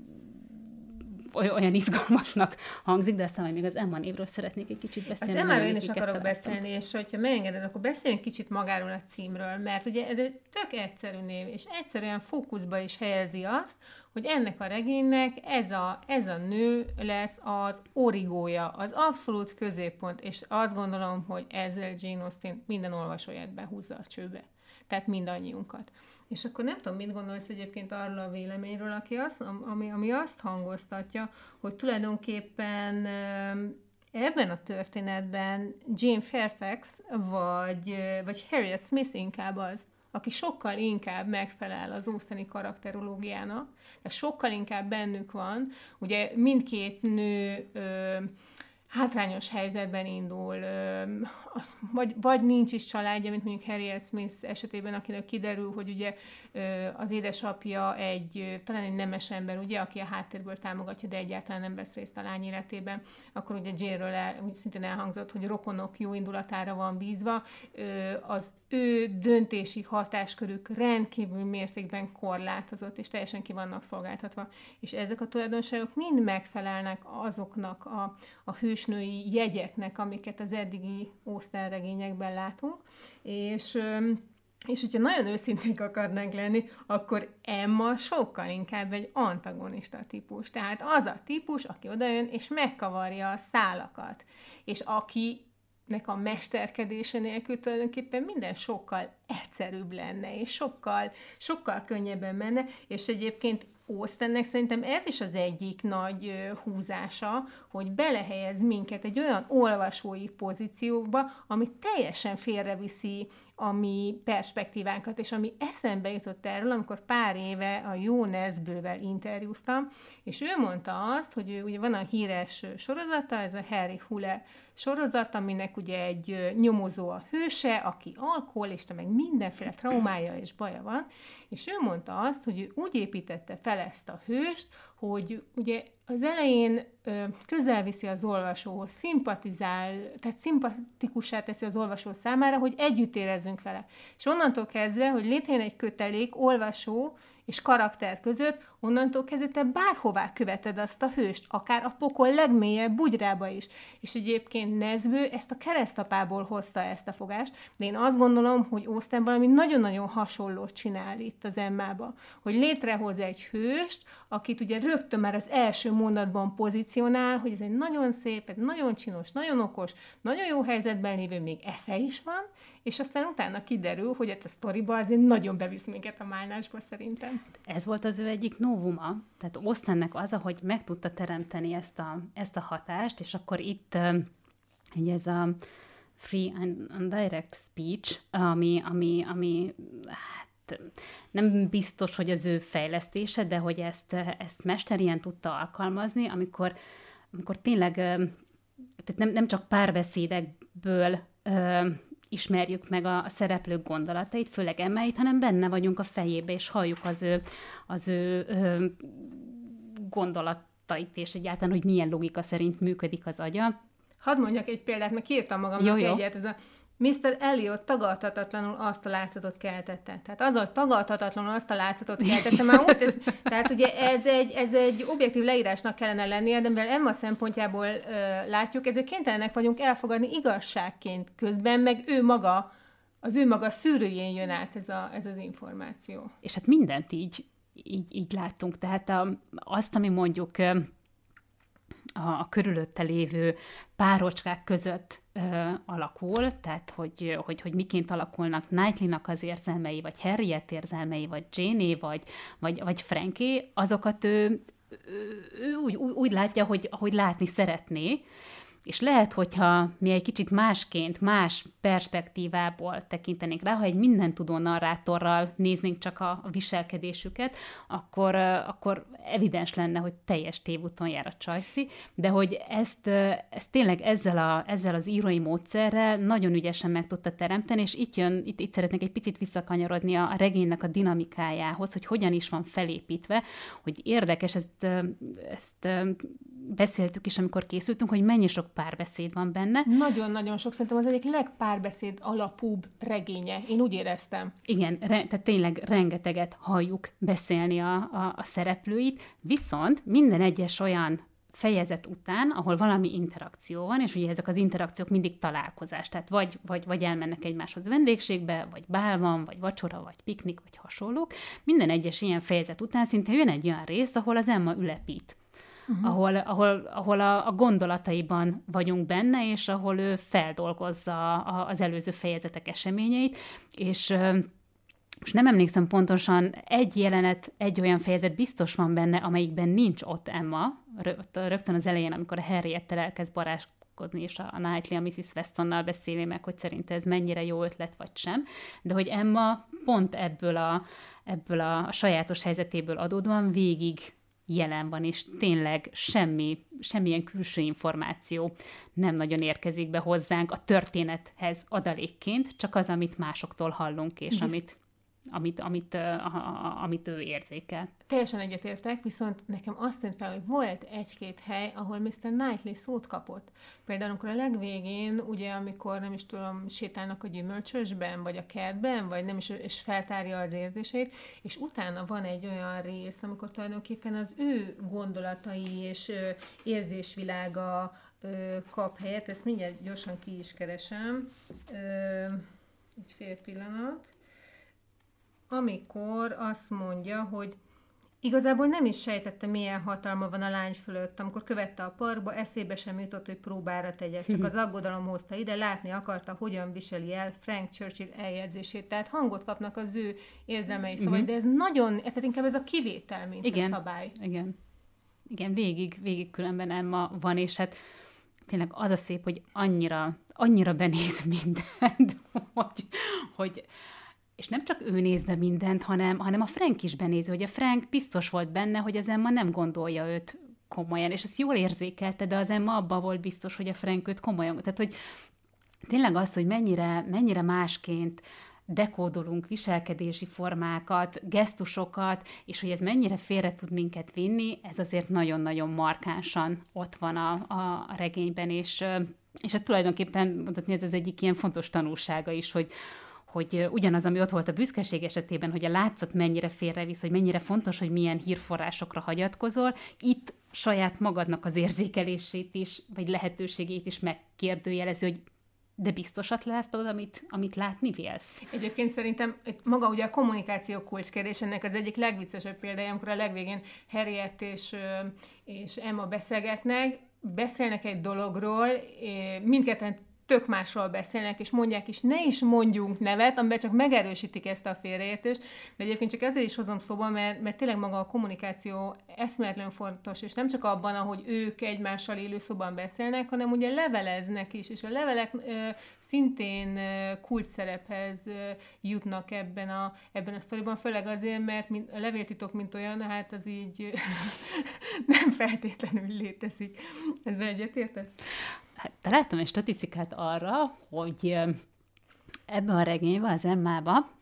Speaker 1: olyan izgalmasnak hangzik, de aztán majd még az Emma névről szeretnék egy kicsit beszélni.
Speaker 2: Az Emmáról én is akarok találtam. beszélni, és hogyha megengeded, akkor beszéljünk kicsit magáról a címről, mert ugye ez egy tök egyszerű név, és egyszerűen fókuszba is helyezi azt, hogy ennek a regénynek ez a, ez a nő lesz az origója, az abszolút középpont, és azt gondolom, hogy ezzel Jane Austen minden olvasóját behúzza a csőbe. Tehát mindannyiunkat. És akkor nem tudom, mit gondolsz egyébként arról a véleményről, aki azt, ami, ami azt hangoztatja, hogy tulajdonképpen ebben a történetben Jane Fairfax vagy, vagy Harriet Smith inkább az, aki sokkal inkább megfelel az austeni karakterológiának, de sokkal inkább bennük van. Ugye mindkét nő ö, hátrányos helyzetben indul, vagy, vagy nincs is családja, mint mondjuk Harriet Smith esetében, akinek kiderül, hogy ugye az édesapja egy, talán egy nemes ember, ugye, aki a háttérből támogatja, de egyáltalán nem vesz részt a lány életében, akkor ugye Jane-ről el, szintén elhangzott, hogy rokonok jó indulatára van bízva, az ő döntési hatáskörük rendkívül mértékben korlátozott, és teljesen ki vannak szolgáltatva. És ezek a tulajdonságok mind megfelelnek azoknak a, a hősnői jegyeknek, amiket az eddigi Austen regényekben látunk, és És hogyha nagyon őszinték akarnánk lenni, akkor Emma sokkal inkább egy antagonista típus. Tehát az a típus, aki odajön és megkavarja a szálakat. És akinek a mesterkedése nélkül tulajdonképpen minden sokkal egyszerűbb lenne, és sokkal, sokkal könnyebben menne, és egyébként Austennek szerintem ez is az egyik nagy húzása, hogy belehelyez minket egy olyan olvasói pozícióba, ami teljesen félreviszi a mi perspektívánkat, és ami eszembe jutott erről, amikor pár éve a Jó Nesbővel interjúztam, és ő mondta azt, hogy ő, ugye van a híres sorozata, ez a Harry Hole sorozat, aminek ugye egy nyomozó a hőse, aki alkoholista, meg mindenféle traumája és baja van, és ő mondta azt, hogy ő úgy építette fel ezt a hőst, hogy ugye az elején ö, közel viszi az olvasóhoz, szimpatizál, tehát szimpatikussá teszi az olvasó számára, hogy együtt érezzünk vele. És onnantól kezdve, hogy létrejön egy kötelék olvasó és karakter között, onnantól kezdve te bárhová követed azt a hőst, akár a pokol legmélyebb bugyrába is. És egyébként Nesbő ezt a keresztapából hozta ezt a fogást, de én azt gondolom, hogy Austen valami nagyon-nagyon hasonlót csinál itt az Emmába, hogy létrehoz egy hőst, akit ugye rögtön már az első mondatban pozícionál, hogy ez egy nagyon szép, egy nagyon csinos, nagyon okos, nagyon jó helyzetben lévő, még esze is van, és aztán utána kiderül, hogy ezt a sztoriba azért nagyon bevisz minket a málnásba szerintem.
Speaker 1: Ez volt az ő egyik novuma, tehát Austennek az, ahogy meg tudta teremteni ezt a, ezt a hatást, és akkor itt ugye ez a free and direct speech, ami, ami, ami hát nem biztos, hogy az ő fejlesztése, de hogy ezt, ezt mesterien tudta alkalmazni, amikor, amikor tényleg tehát nem, nem csak párbeszédekből ismerjük meg a, a szereplők gondolatait, főleg Emmáit, hanem benne vagyunk a fejébe, és halljuk az ő, az ő ö, gondolatait, és egyáltalán, hogy milyen logika szerint működik az agya.
Speaker 2: Hadd mondjak egy példát, mert kiírtam magamnak jó, egyet, ez a miszter Elliot tagadhatatlanul azt a látszatot keltette. Tehát az, hogy tagadhatatlanul azt a látszatot keltette, már ott ez, tehát ugye ez egy, ez egy objektív leírásnak kellene lennie, de mivel Emma szempontjából ö, látjuk, ezért kénytelenek vagyunk elfogadni igazságként, közben meg ő maga, az ő maga szűrőjén jön át ez, a, ez az információ.
Speaker 1: És hát mindent így, így, így láttunk. Tehát a, azt, ami mondjuk a, a körülötte lévő párocskák között ö, alakul, tehát hogy, hogy, hogy miként alakulnak Knightley-nak az érzelmei, vagy Harriet érzelmei, vagy Jane, vagy, vagy, vagy Frankie, azokat ő, ő, ő úgy, úgy látja, hogy, ahogy látni szeretné, és lehet, hogyha mi egy kicsit másként, más perspektívából tekintenénk rá, ha egy mindentudó narrátorral néznénk csak a, a viselkedésüket, akkor, akkor evidens lenne, hogy teljes tévúton jár a Csajci, de hogy ezt, ezt tényleg ezzel, a, ezzel az írói módszerrel nagyon ügyesen meg tudta teremteni, és itt jön, itt, itt szeretnék egy picit visszakanyarodni a, a regénynek a dinamikájához, hogy hogyan is van felépítve, hogy érdekes, ezt, ezt beszéltük is, amikor készültünk, hogy mennyi sok párbeszéd van benne.
Speaker 2: Nagyon-nagyon sok, szerintem az egyik legpárbeszéd alapúbb regénye. Én úgy éreztem.
Speaker 1: Igen, re, tehát tényleg rengeteget halljuk beszélni a, a, a szereplőit, viszont minden egyes olyan fejezet után, ahol valami interakció van, és ugye ezek az interakciók mindig találkozás, tehát vagy, vagy, vagy elmennek egymáshoz vendégségbe, vagy bál van, vagy vacsora, vagy piknik, vagy hasonlók. Minden egyes ilyen fejezet után szinte jön egy olyan rész, ahol az Emma ülepít. Uh-huh. ahol, ahol, ahol a, a gondolataiban vagyunk benne, és ahol ő feldolgozza a, az előző fejezetek eseményeit, és most nem emlékszem pontosan, egy jelenet, egy olyan fejezet biztos van benne, amelyikben nincs ott Emma, rögtön az elején, amikor a Harriettel elkezd barátkozni, és a Knightley a missus Westonnal beszéli meg, hogy szerint ez mennyire jó ötlet, vagy sem, de hogy Emma pont ebből a, ebből a, a sajátos helyzetéből adódóan végig jelen van, és tényleg semmi, semmilyen külső információ nem nagyon érkezik be hozzánk a történethez adalékként, csak az, amit másoktól hallunk, és amit, amit, amit, uh, amit ő érzékel.
Speaker 2: Teljesen egyetértek, viszont nekem azt tűnt fel, hogy volt egy-két hely, ahol miszter Knightley szót kapott. Például amikor a legvégén, ugye, amikor nem is tudom, sétálnak a gyümölcsösben, vagy a kertben, vagy nem is, és feltárja az érzéseit, és utána van egy olyan rész, amikor tulajdonképpen az ő gondolatai és ö, érzésvilága ö, kap helyet. Ezt mindjárt gyorsan ki is keresem. Ö, egy fél pillanat. amikor azt mondja, hogy igazából nem is sejtette, milyen hatalma van a lány fölött. Amikor követte a parkba, eszébe sem jutott, hogy próbára tegye. Csak az aggodalom hozta ide, látni akarta, hogyan viseli el Frank Churchill eljegyzését. Tehát hangot kapnak az ő érzelmei szavai, uh-huh. de ez nagyon, tehát inkább ez a kivétel, mint
Speaker 1: igen,
Speaker 2: a szabály.
Speaker 1: Igen, igen, végig, végig különben Emma van, és hát tényleg az a szép, hogy annyira, annyira benéz mindent, hogy, hogy és nem csak ő néz be mindent, hanem, hanem a Frank is benézi, hogy a Frank biztos volt benne, hogy az Emma nem gondolja őt komolyan, és ezt jól érzékelte, de az Emma abban volt biztos, hogy a Frank őt komolyan. Tehát, hogy tényleg az, hogy mennyire, mennyire másként dekódolunk viselkedési formákat, gesztusokat, és hogy ez mennyire félre tud minket vinni, ez azért nagyon-nagyon markánsan ott van a, a regényben, és, és hát tulajdonképpen mondhatni, ez az egyik ilyen fontos tanulsága is, hogy hogy ugyanaz, ami ott volt a büszkeség esetében, hogy a látszat mennyire félrevisz, hogy mennyire fontos, hogy milyen hírforrásokra hagyatkozol, itt saját magadnak az érzékelését is, vagy lehetőségét is megkérdőjelezi, hogy de biztosat látod, amit, amit látni vélsz?
Speaker 2: Egyébként szerintem maga ugye a kommunikáció kulcskérdés, ennek az egyik legviccesebb példája, amikor a legvégén Harriet és, és Emma beszélgetnek, beszélnek egy dologról, mindketten tök másról beszélnek, és mondják is, ne is mondjunk nevet, amiben csak megerősítik ezt a félreértést, de egyébként csak ezért is hozom szóba, mert, mert tényleg maga a kommunikáció eszméletlenül fontos, és nem csak abban, ahogy ők egymással élő szóban beszélnek, hanem ugye leveleznek is, és a levelek ö, szintén ö, kulcs szerephez ö, jutnak ebben a, ebben a sztoriban, főleg azért, mert mint, a levéltitok, mint olyan, hát az így nem feltétlenül létezik. Ezzel egyetértesz?
Speaker 1: Hát, találtam egy statisztikát arra, hogy ebben a regényben, az Emmába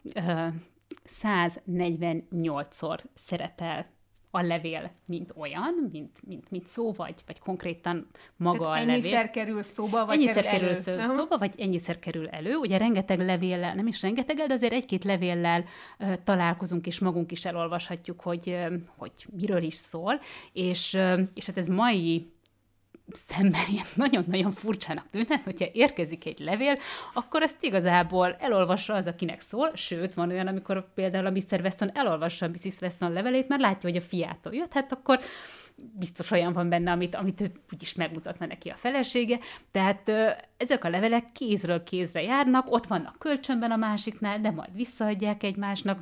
Speaker 1: száznegyvennyolcszor szerepel a levél, mint olyan, mint, mint, mint szó, vagy, vagy konkrétan maga
Speaker 2: tehát
Speaker 1: a levél.
Speaker 2: Ennyiszer kerül szóba, vagy
Speaker 1: ennyiszer
Speaker 2: kerül
Speaker 1: elő.
Speaker 2: elő.
Speaker 1: szóba, vagy ennyiszer kerül elő. Ugye rengeteg levéllel, nem is rengeteg, de azért egy-két levéllel uh, találkozunk, és magunk is elolvashatjuk, hogy, uh, hogy miről is szól, és, uh, és hát ez mai szemben ilyen nagyon-nagyon furcsának tűnhet, hogyha érkezik egy levél, akkor azt igazából elolvassa az, akinek szól, sőt, van olyan, amikor például a miszter Weston elolvassa a missus Weston levelét, mert látja, hogy a fiától jött, hát akkor biztos olyan van benne, amit, amit ő úgyis megmutatna neki a felesége. Tehát ezek a levelek kézről kézre járnak, ott vannak kölcsönben a másiknál, de majd visszaadják egymásnak.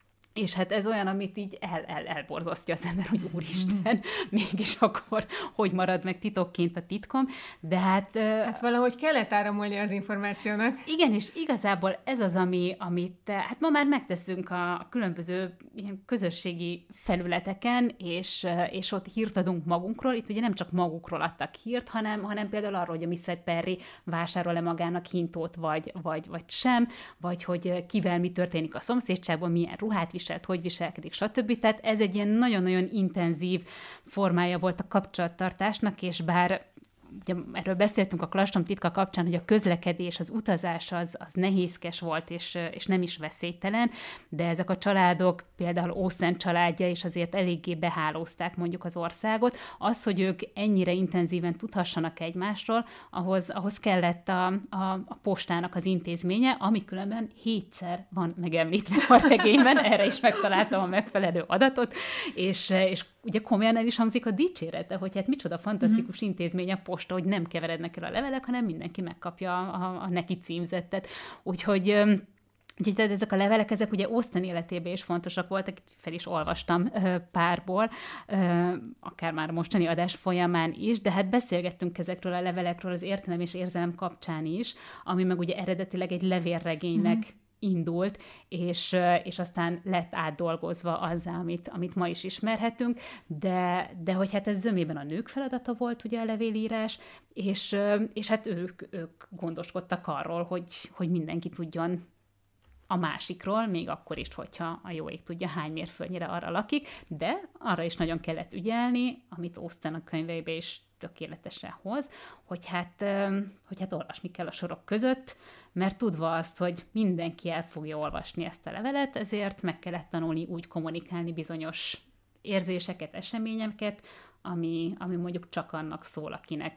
Speaker 1: És hát ez olyan, amit így el, el, elborzasztja az ember, hogy úristen, mégis akkor hogy marad meg titokként a titkom, de hát...
Speaker 2: Hát valahogy kellett áramolni az információnak.
Speaker 1: Igen, és igazából ez az, ami, amit hát ma már megteszünk a különböző ilyen közösségi felületeken, és, és ott hírt adunk magunkról. Itt ugye nem csak magukról adtak hírt, hanem, hanem például arról, hogy a miszter Perry vásárol-e magának hintót, vagy, vagy, vagy sem, vagy hogy kivel mi történik a szomszédságban, milyen ruhát viselt, hogy viselkedik, stb. Tehát ez egy ilyen nagyon-nagyon intenzív formája volt a kapcsolattartásnak, és bár ugye erről beszéltünk a Klastrom titka kapcsán, hogy a közlekedés, az utazás az, az nehézkes volt, és, és nem is veszélytelen, de ezek a családok, például Austen családja is azért eléggé behálózták mondjuk az országot. Az, hogy ők ennyire intenzíven tudhassanak egymásról, ahhoz, ahhoz kellett a, a, a postának az intézménye, ami különben hétszer van megemlítve a regényben, erre is megtaláltam a megfelelő adatot, és, és ugye komolyan el is hangzik a dicsérete, hogy hát micsoda fantasztikus mm. intézmény a posta, hogy nem keverednek el a levelek, hanem mindenki megkapja a, a, a neki címzettet. Úgyhogy, úgyhogy ezek a levelek, ezek ugye Austen életében is fontosak voltak, fel is olvastam párból, akár már a mostani adás folyamán is, de hát beszélgettünk ezekről a levelekről az értelem és érzelem kapcsán is, ami meg ugye eredetileg egy levélregénynek mm. indult, és, és aztán lett átdolgozva azzá, amit, amit ma is ismerhetünk, de, de hogy hát ez zömében a nők feladata volt ugye a levélírás, és, és hát ők, ők gondoskodtak arról, hogy, hogy mindenki tudjon a másikról, még akkor is, hogyha a jó ég tudja hány mérföldnyire arra lakik, de arra is nagyon kellett ügyelni, amit Austen a könyveibe is tökéletesen hoz, hogy hát, hogy hát olvasni kell a sorok között, mert tudva azt, hogy mindenki el fogja olvasni ezt a levelet, ezért meg kellett tanulni úgy kommunikálni bizonyos érzéseket, eseményeket, ami, ami mondjuk csak annak szól, akinek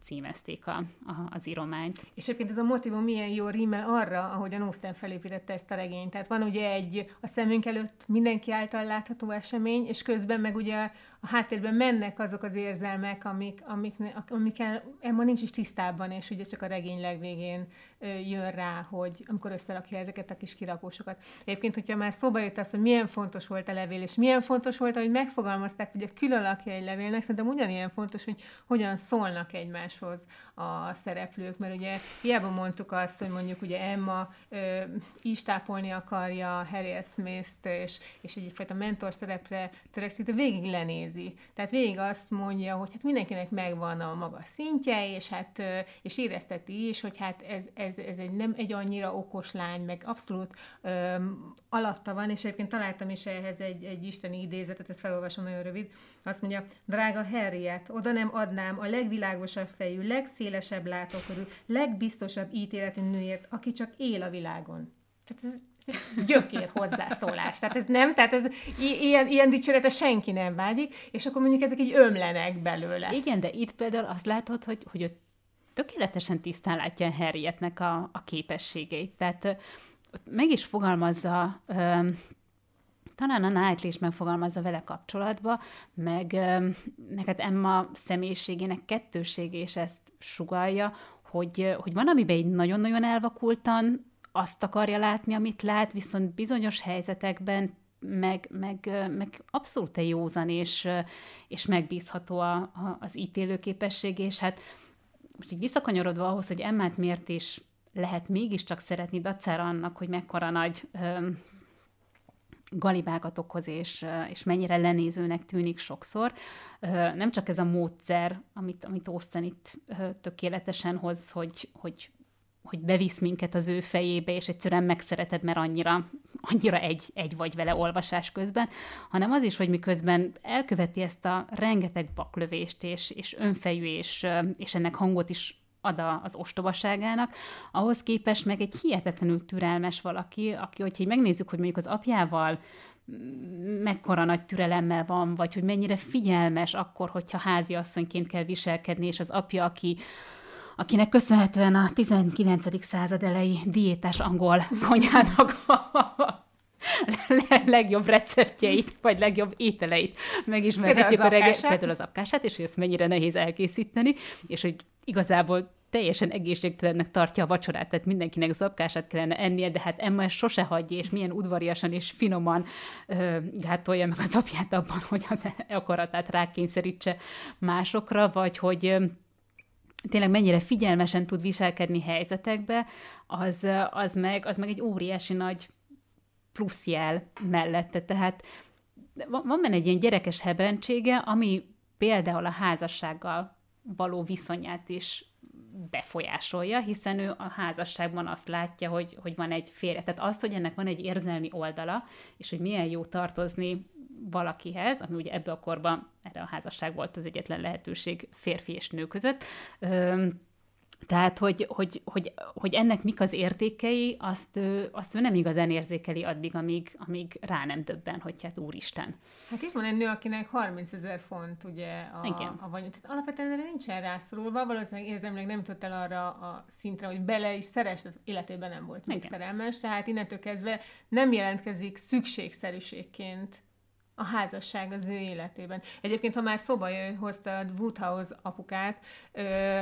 Speaker 1: címezték a, a, az írományt.
Speaker 2: És egyébként ez a motivum milyen jó rímel arra, ahogyan Austen felépítette ezt a regényt. Tehát van ugye egy a szemünk előtt mindenki által látható esemény, és közben meg ugye a háttérben mennek azok az érzelmek, amik, amik, amikkel Emma nincs is tisztában, és ugye csak a regény legvégén jön rá, hogy amikor összerakja ezeket a kis kirakósokat. Egyébként, hogyha már szóba jött az, hogy milyen fontos volt a levél, és milyen fontos volt, hogy megfogalmazták, hogy a különlakja egy levélnek, szerintem ugyanilyen fontos, hogy hogyan szólnak egymáshoz a szereplők, mert ugye hiába mondtuk azt, hogy mondjuk ugye Emma ö, is tápolni akarja Harry Smith-t, és, és egyfajta mentor szerepre törekszik, de végig lenézi. Tehát végig azt mondja, hogy hát mindenkinek megvan a maga szintje, és hát ö, és érezteti is, hogy hát ez, ez, ez egy nem egy annyira okos lány, meg abszolút ö, alatta van, és egyébként találtam is ehhez egy, egy isteni idézetet, ezt felolvasom, nagyon rövid. Azt mondja, drága Harriet, oda nem adnám a legvilágosabb fejű, legszélesebb látókörű, legbiztosabb ítéletű nőért, aki csak él a világon. Tehát ez, ez gyökér hozzászólás. Tehát ez nem, tehát ez ilyen, ilyen dicséretre senki nem vágyik, és akkor mondjuk ezek így ömlenek belőle.
Speaker 1: Igen, de itt például azt látod, hogy, hogy ő tökéletesen tisztán látja Harrietnek a, a képességeit. Tehát meg is fogalmazza, öm, talán a Knightley is megfogalmazza vele kapcsolatba, meg öm, neked Emma személyiségének kettősége is ezt sugallja, hogy, hogy van, amiben így nagyon-nagyon elvakultan azt akarja látni, amit lát, viszont bizonyos helyzetekben meg, meg, meg abszolút józan és, és megbízható a, a, az ítélőképesség, és hát most így visszakanyarodva ahhoz, hogy Emmát miért is lehet mégiscsak szeretni dacára annak, hogy mekkora nagy öm, galibákat okoz, és, és mennyire lenézőnek tűnik sokszor. Nem csak ez a módszer, amit, amit Austen itt tökéletesen hoz, hogy, hogy, hogy bevisz minket az ő fejébe, és egyszerűen megszereted, mert annyira, annyira egy, egy vagy vele olvasás közben, hanem az is, hogy miközben elköveti ezt a rengeteg baklövést, és, és önfejű, és, és ennek hangot is ad az ostobaságának, ahhoz képest meg egy hihetetlenül türelmes valaki, aki, hogyha így megnézzük, hogy mondjuk az apjával mekkora nagy türelemmel van, vagy hogy mennyire figyelmes akkor, hogyha háziasszonyként kell viselkedni, és az apja, aki, akinek köszönhetően a tizenkilencedik század elejé diétás angol konyhának a legjobb receptjeit, vagy legjobb ételeit megismerhetjük a reggel, például az apkását, és hogy ezt mennyire nehéz elkészíteni, és hogy igazából teljesen egészségtelennek tartja a vacsorát, tehát mindenkinek zapkását kellene ennie, de hát Emma ezt sose hagyja, és milyen udvariasan és finoman ö, gátolja meg az apját abban, hogy az akaratát rákényszerítse másokra, vagy hogy ö, tényleg mennyire figyelmesen tud viselkedni helyzetekbe, az, az, meg, az meg egy óriási nagy pluszjel mellette. Tehát van benne egy ilyen gyerekes hebrentsége, ami például a házassággal való viszonyát is befolyásolja, hiszen ő a házasságban azt látja, hogy, hogy van egy férje. Tehát azt, hogy ennek van egy érzelmi oldala, és hogy milyen jó tartozni valakihez, ami ugye ebbe a korban, erre a házasság volt az egyetlen lehetőség férfi és nő között. Üm, Tehát, hogy, hogy, hogy, hogy ennek mik az értékei, azt ő, azt ő nem igazán érzékeli addig, amíg, amíg rá nem döbben, hogy hát úristen.
Speaker 2: Hát itt van egy nő, akinek harmincezer font ugye a, a vagyon. Tehát alapvetően erre nincsen rászorulva, valószínűleg érzelmileg nem jutott el arra a szintre, hogy bele is szeres, életében nem volt még szerelmes, tehát innentől kezdve nem jelentkezik szükségszerűségként a házasság az ő életében. Egyébként, ha már szóba hoztad Woodhouse apukát, ö,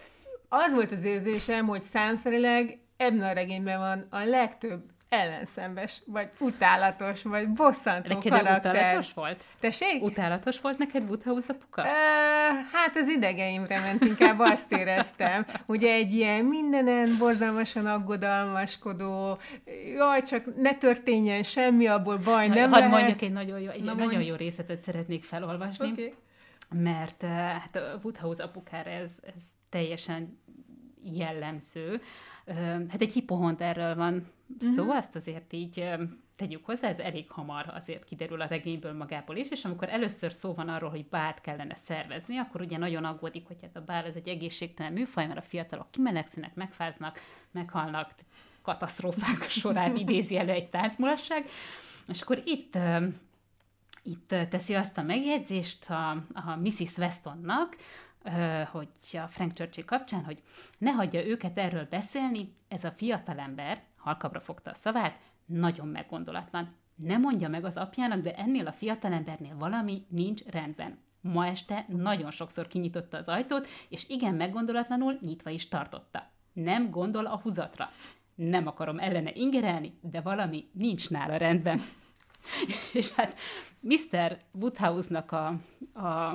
Speaker 2: az volt az érzésem, hogy számszerileg ebben a regényben van a legtöbb ellenszembes, vagy utálatos, vagy bosszantó neked karakter.
Speaker 1: Utálatos volt?
Speaker 2: Tessék?
Speaker 1: Utálatos volt neked Woodhouse apuka?
Speaker 2: Uh, hát az idegeimre ment, inkább azt éreztem. Ugye egy ilyen mindenen borzalmasan aggodalmaskodó, jaj, csak ne történjen semmi, abból baj nem
Speaker 1: Hadd
Speaker 2: lehet.
Speaker 1: mondjak egy nagyon jó, egy nagyon jó részletet szeretnék felolvasni, okay. Mert hát a Woodhouse apukára ez, ez teljesen jellemző. Hát egy hipohont erről van szó, mm-hmm. Azt azért így tegyük hozzá, ez elég hamar azért kiderül a regényből magából is, és amikor először szó van arról, hogy bált kellene szervezni, akkor ugye nagyon aggódik, hogy hát a bál ez egy egészségtelen műfaj, mert a fiatalok kimelegszenek, megfáznak, meghalnak, katasztrófák során idézi elő egy táncmulasság, és akkor itt itt teszi azt a megjegyzést a, a missziz Westonnak, hogy a Frank Churchill kapcsán, hogy ne hagyja őket erről beszélni, ez a fiatalember, halkabbra fogta a szavát, nagyon meggondolatlan. Ne mondja meg az apjának, de ennél a fiatalembernél valami nincs rendben. Ma este nagyon sokszor kinyitotta az ajtót, és igen meggondolatlanul nyitva is tartotta. Nem gondol a húzatra. Nem akarom ellene ingerelni, de valami nincs nála rendben. És hát miszter Woodhouse-nak a, a,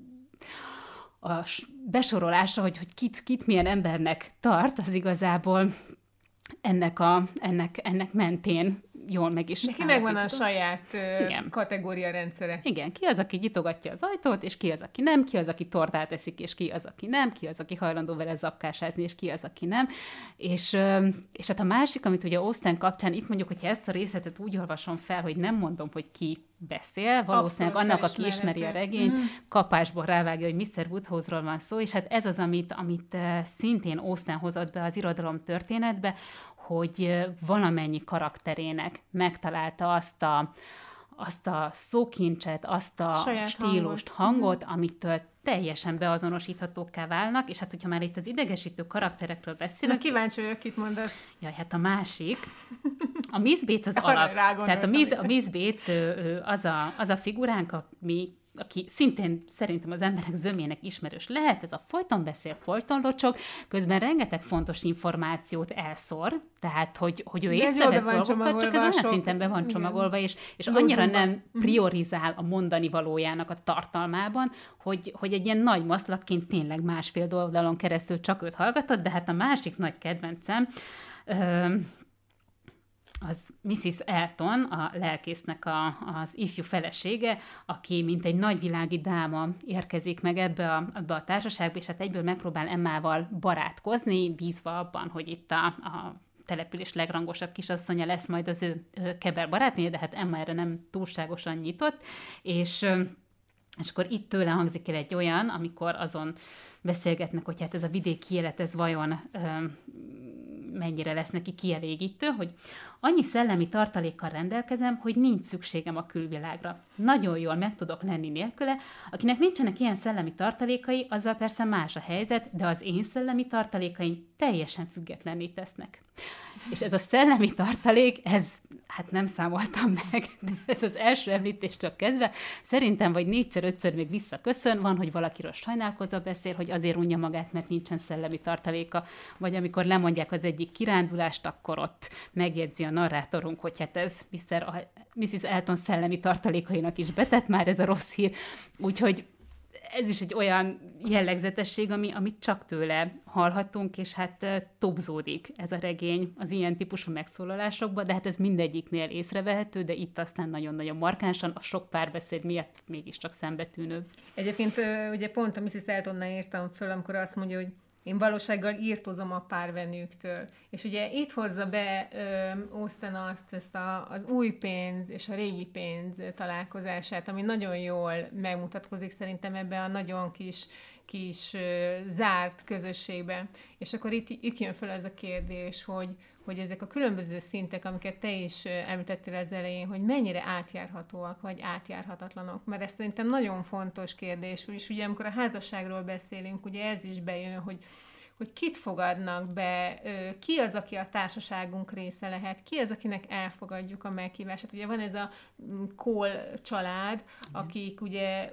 Speaker 1: a besorolása, hogy, hogy kit, kit milyen embernek tart, az igazából ennek, a, ennek, ennek mentén jól meg is.
Speaker 2: Neki megvan a saját uh, kategória rendszere.
Speaker 1: Igen, ki az, aki nyitogatja az ajtót, és ki az, aki nem, ki az, aki tortát eszik, és ki az, aki nem, ki az, aki hajlandó vele zapkásázni, és ki az, aki nem. És, és hát a másik, amit ugye Austen kapcsán, itt mondjuk, hogyha ezt a részletet úgy olvasom fel, hogy nem mondom, hogy ki beszél, valószínűleg
Speaker 2: abszolút
Speaker 1: annak, aki ismeri a regényt, mm. kapásból rávágja, hogy miszter Woodhouse-ról van szó, és hát ez az, amit, amit szintén Austen hozott be az irodalom történetbe, hogy valamennyi karakterének megtalálta azt a, azt a szókincset, azt a saját stílust, hangot, hangot mm. amitől teljesen beazonosíthatókká válnak, és hát, hogyha már itt az idegesítő karakterekről beszélünk...
Speaker 2: Na, kíváncsi vagyok, kit mondasz.
Speaker 1: Jaj, hát a másik. A Miss Bates az alap. Tehát a Miss, a Miss Bates az a, az a figuránk, ami aki szintén szerintem az emberek zömének ismerős lehet, ez a folyton beszél, folyton locsog, közben rengeteg fontos információt elszór, tehát, hogy, hogy ő észrevesz dolgokat, csak ez olyan sok... szinten be van csomagolva, és, és annyira nem priorizál a mondani valójának a tartalmában, hogy, hogy egy ilyen nagy maszlakként tényleg másfél oldalon keresztül csak őt hallgatod, de hát a másik nagy kedvencem, ö, az missziz Elton, a lelkésznek a, az ifjú felesége, aki mint egy nagyvilági dáma érkezik meg ebbe a, ebbe a társaságba, és hát egyből megpróbál Emmával barátkozni, bízva abban, hogy itt a, a település legrangosabb kisasszonya lesz majd az ő, ő keber barátnője, de hát Emma erre nem túlságosan nyitott, és... És akkor itt tőle hangzik el egy olyan, amikor azon beszélgetnek, hogy hát ez a vidéki élet, ez vajon ö, mennyire lesz neki kielégítő, hogy annyi szellemi tartalékkal rendelkezem, hogy nincs szükségem a külvilágra. Nagyon jól meg tudok lenni nélküle. Akinek nincsenek ilyen szellemi tartalékai, azzal persze más a helyzet, de az én szellemi tartalékaim teljesen függetlenné tesznek. És ez a szellemi tartalék, ez, hát nem számoltam meg, de ez az első említéstől kezdve, szerintem vagy négyszer-ötször még visszaköszön, van, hogy valakiről sajnálkozva beszél, hogy azért unja magát, mert nincsen szellemi tartaléka, vagy amikor lemondják az egyik kirándulást, akkor ott megjegyzi a narrátorunk, hogy hát ez miszter missziz Elton szellemi tartalékainak is betett már ez a rossz hír, úgyhogy ez is egy olyan jellegzetesség, ami, amit csak tőle hallhatunk, és hát tobzódik ez a regény az ilyen típusú megszólalásokba, de hát ez mindegyiknél észrevehető, de itt aztán nagyon-nagyon markánsan, a sok párbeszéd miatt mégiscsak szembetűnő.
Speaker 2: Egyébként ugye pont a missziz Eltonnál írtam föl, amikor azt mondja, hogy én valósággal írtozom a párvenőktől. És ugye itt hozza be ö, Austen azt, ezt a, az új pénz és a régi pénz találkozását, ami nagyon jól megmutatkozik szerintem ebbe a nagyon kis, kis ö, zárt közösségbe. És akkor itt, itt jön fel ez a kérdés, hogy, hogy ezek a különböző szintek, amiket te is említettél az elején, hogy mennyire átjárhatóak, vagy átjárhatatlanok. Mert ez szerintem nagyon fontos kérdés, és ugye amikor a házasságról beszélünk, ugye ez is bejön, hogy hogy kit fogadnak be, ki az, aki a társaságunk része lehet, ki az, akinek elfogadjuk a meghívását. Ugye van ez a Cole család, akik ugye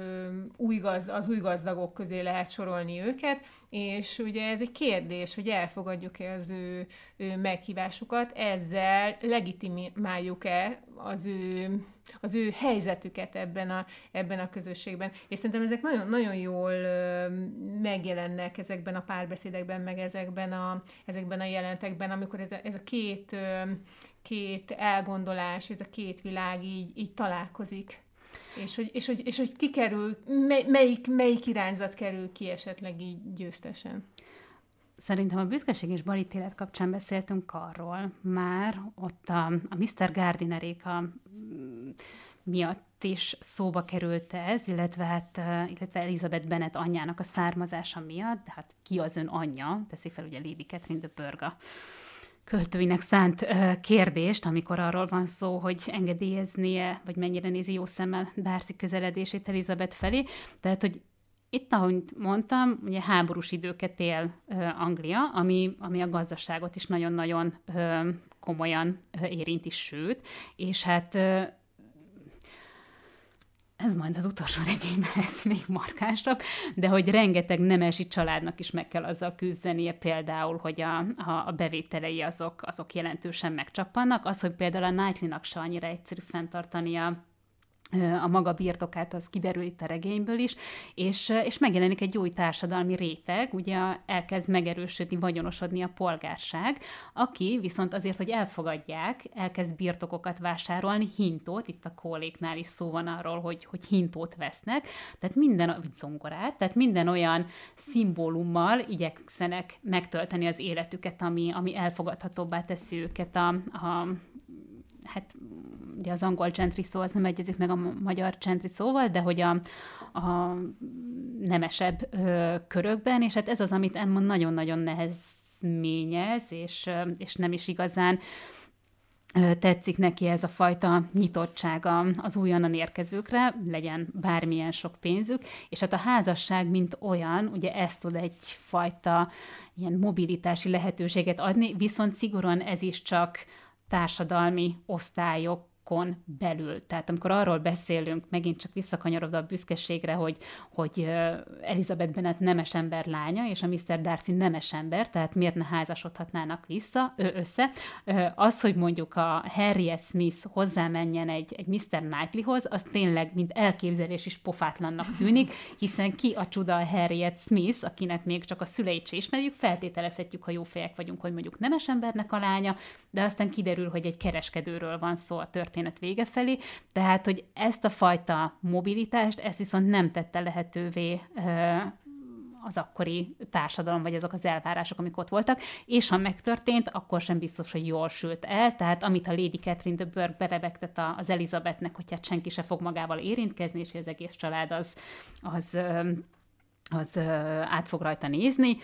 Speaker 2: új gaz, az új gazdagok közé lehet sorolni őket, és ugye ez egy kérdés, hogy elfogadjuk-e az ő, ő meghívásukat, ezzel legitimáljuk-e az ő, az ő helyzetüket ebben a, ebben a közösségben. És szerintem ezek nagyon, nagyon jól megjelennek ezekben a párbeszédekben, meg ezekben a, ezekben a jelentekben, amikor ez a, ez a két, két elgondolás, ez a két világ így, így találkozik. És hogy, és, hogy, és hogy ki kerül, melyik, melyik irányzat kerül ki esetleg így győztesen?
Speaker 1: Szerintem a büszkeség és balítélet kapcsán beszéltünk arról már, ott a, a miszter Gardinerék a, miatt is szóba került ez, illetve, hát, illetve Elizabeth Bennet anyjának a származása miatt, de hát ki az ön anyja, teszi fel ugye Lady Catherine de Bourgh költőinek szánt uh, kérdést, amikor arról van szó, hogy engedélyeznie, vagy mennyire nézi jó szemmel Darcy közeledését Elizabeth felé. Tehát, hogy itt, ahogy mondtam, ugye háborús időket él Anglia, ami, ami a gazdaságot is nagyon-nagyon komolyan érinti, sőt, és hát ez majd az utolsó regényben lesz még markánsabb, de hogy rengeteg nemesi családnak is meg kell azzal küzdenie, például, hogy a, a, a bevételei azok, azok jelentősen megcsappannak. Az, hogy például a Knightley-nak se annyira egyszerű fenntartania a maga birtokát, az kiderül itt a regényből is, és, és megjelenik egy új társadalmi réteg, ugye elkezd megerősödni, vagyonosodni a polgárság, aki viszont azért, hogy elfogadják, elkezd birtokokat vásárolni, hintót, itt a kóléknál is szó van arról, hogy, hogy hintót vesznek, tehát minden, vagy zongorát, tehát minden olyan szimbólummal igyekszenek megtölteni az életüket, ami, ami elfogadhatóbbá teszi őket a, a hát ugye az angol gentry szó az nem egyezik meg a magyar gentry szóval, de hogy a, a nemesebb ö, körökben, és hát ez az, amit Emma nagyon-nagyon nehezményez, és, és nem is igazán ö, tetszik neki ez a fajta nyitottsága az újonnan érkezőkre, legyen bármilyen sok pénzük, és hát a házasság, mint olyan, ugye ezt tud egyfajta ilyen mobilitási lehetőséget adni, viszont szigorúan ez is csak társadalmi osztályokon belül. Tehát amikor arról beszélünk, megint csak visszakanyarodva a büszkeségre, hogy, hogy Elizabeth Bennet nemes ember lánya, és a miszter Darcy nemes ember, tehát miért ne házasodhatnának vissza, össze. Az, hogy mondjuk a Harriet Smith hozzámenjen egy, egy miszter Knightleyhoz, az tényleg, mint elképzelés is pofátlannak tűnik, hiszen ki a csuda a Harriet Smith, akinek még csak a szüleit sem ismerjük, feltételezhetjük, ha jó fejek vagyunk, hogy mondjuk nemes embernek a lánya, de aztán kiderül, hogy egy kereskedőről van szó a történet vége felé, tehát, hogy ezt a fajta mobilitást, ezt viszont nem tette lehetővé az akkori társadalom, vagy azok az elvárások, amik ott voltak, és ha megtörtént, akkor sem biztos, hogy jól sült el, tehát amit a Lady Catherine de Bourgh belebegtet az Elizabethnek, hogy hát senki se fog magával érintkezni, és az egész család az, az, az át fog rajta nézni.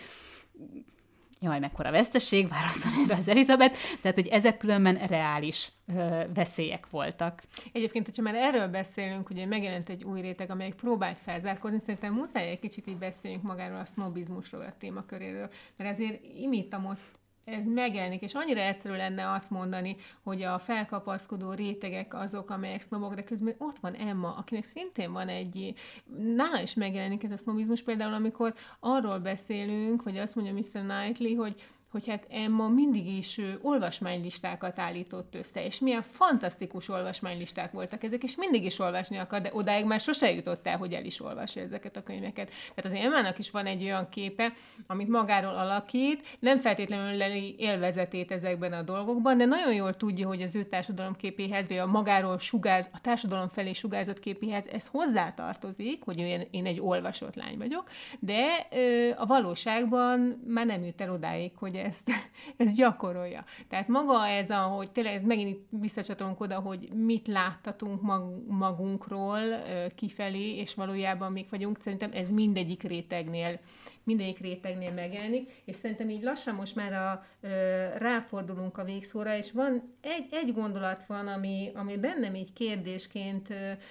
Speaker 1: Jaj, mekkora veszteség, válaszol erre az Elizabeth, tehát, hogy ezek különben reális ö, veszélyek voltak.
Speaker 2: Egyébként, hogyha már erről beszélünk, ugye megjelent egy új réteg, amelyik próbált felzárkózni, szerintem muszáj egy kicsit így beszéljünk magáról a sznobizmusról, a témaköréről, mert azért imitam ott ez megjelenik, és annyira egyszerű lenne azt mondani, hogy a felkapaszkodó rétegek azok, amelyek sznobok, de közben ott van Emma, akinek szintén van egy, nála is megjelenik ez a sznobizmus, például amikor arról beszélünk, hogy azt mondja miszter Knightley, hogy hogy hát Emma mindig is olvasmánylistákat állított össze, és milyen fantasztikus olvasmánylisták voltak ezek, és mindig is olvasni akar, de odáig már sose jutott el, hogy el is olvassa ezeket a könyveket. Tehát az Emmának is van egy olyan képe, amit magáról alakít, nem feltétlenül leli élvezetét ezekben a dolgokban, de nagyon jól tudja, hogy az ő társadalomképéhez, vagy a magáról sugárz, a társadalom felé sugárzott képéhez ez hozzátartozik, hogy én, én egy olvasott lány vagyok, de ö, a valóságban már nem jut el odáig, hogy ezt, ezt gyakorolja. Tehát maga ez, a, hogy tényleg ez megint visszacsatolunk oda, hogy mit láttatunk mag, magunkról kifelé, és valójában még vagyunk, szerintem ez mindegyik rétegnél, mindegyik rétegnél megjelenik, és szerintem így lassan most már a, ráfordulunk a végszóra, és van egy, egy gondolat van, ami, ami bennem így kérdésként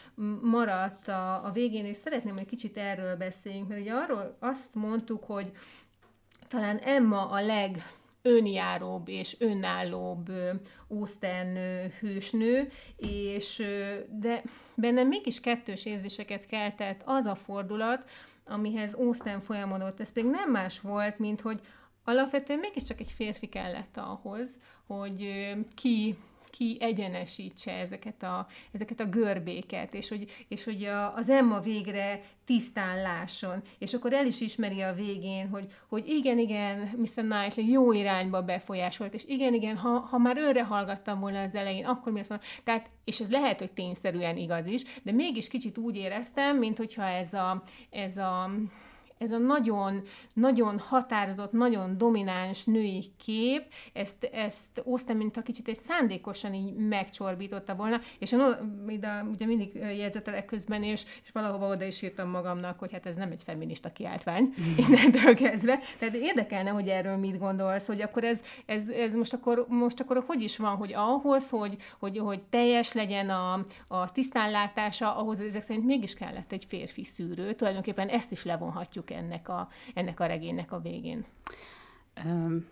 Speaker 2: maradt a, a végén, és szeretném, hogy kicsit erről beszéljünk, mert ugye arról azt mondtuk, hogy talán Emma a legönjáróbb és önállóbb Austen hősnő, és, de bennem mégis kettős érzéseket keltett az a fordulat, amihez Austen folyamodott. Ez pedig nem más volt, mint hogy alapvetően mégiscsak egy férfi kellett ahhoz, hogy ki... ki egyenesítse ezeket a, ezeket a görbéket, és hogy, és hogy a, az Emma végre tisztán lásson, és akkor el is ismeri a végén, hogy, hogy igen, igen, miszter Knightley jó irányba befolyásolt, és igen, igen, ha, ha már őre hallgattam volna az elején, akkor miért van? Tehát, és ez lehet, hogy tényszerűen igaz is, de mégis kicsit úgy éreztem, mint hogyha ez a, ez a ez a nagyon, nagyon határozott, nagyon domináns női kép, ezt, ezt Austen mint a kicsit egy szándékosan így megcsorbította volna, és én ide, ugye mindig jegyzetelek közben, és, és valahova oda is írtam magamnak, hogy hát ez nem egy feminista kiáltvány, innentől kezdve. Tehát érdekelne, hogy erről mit gondolsz, hogy akkor ez, ez, ez most, akkor, most akkor hogy is van, hogy ahhoz, hogy, hogy, hogy teljes legyen a, a tisztánlátása, ahhoz ezek szerint mégis kellett egy férfi szűrő. Tulajdonképpen ezt is levonhatjuk ennek a, ennek a regénynek a végén.
Speaker 1: Um,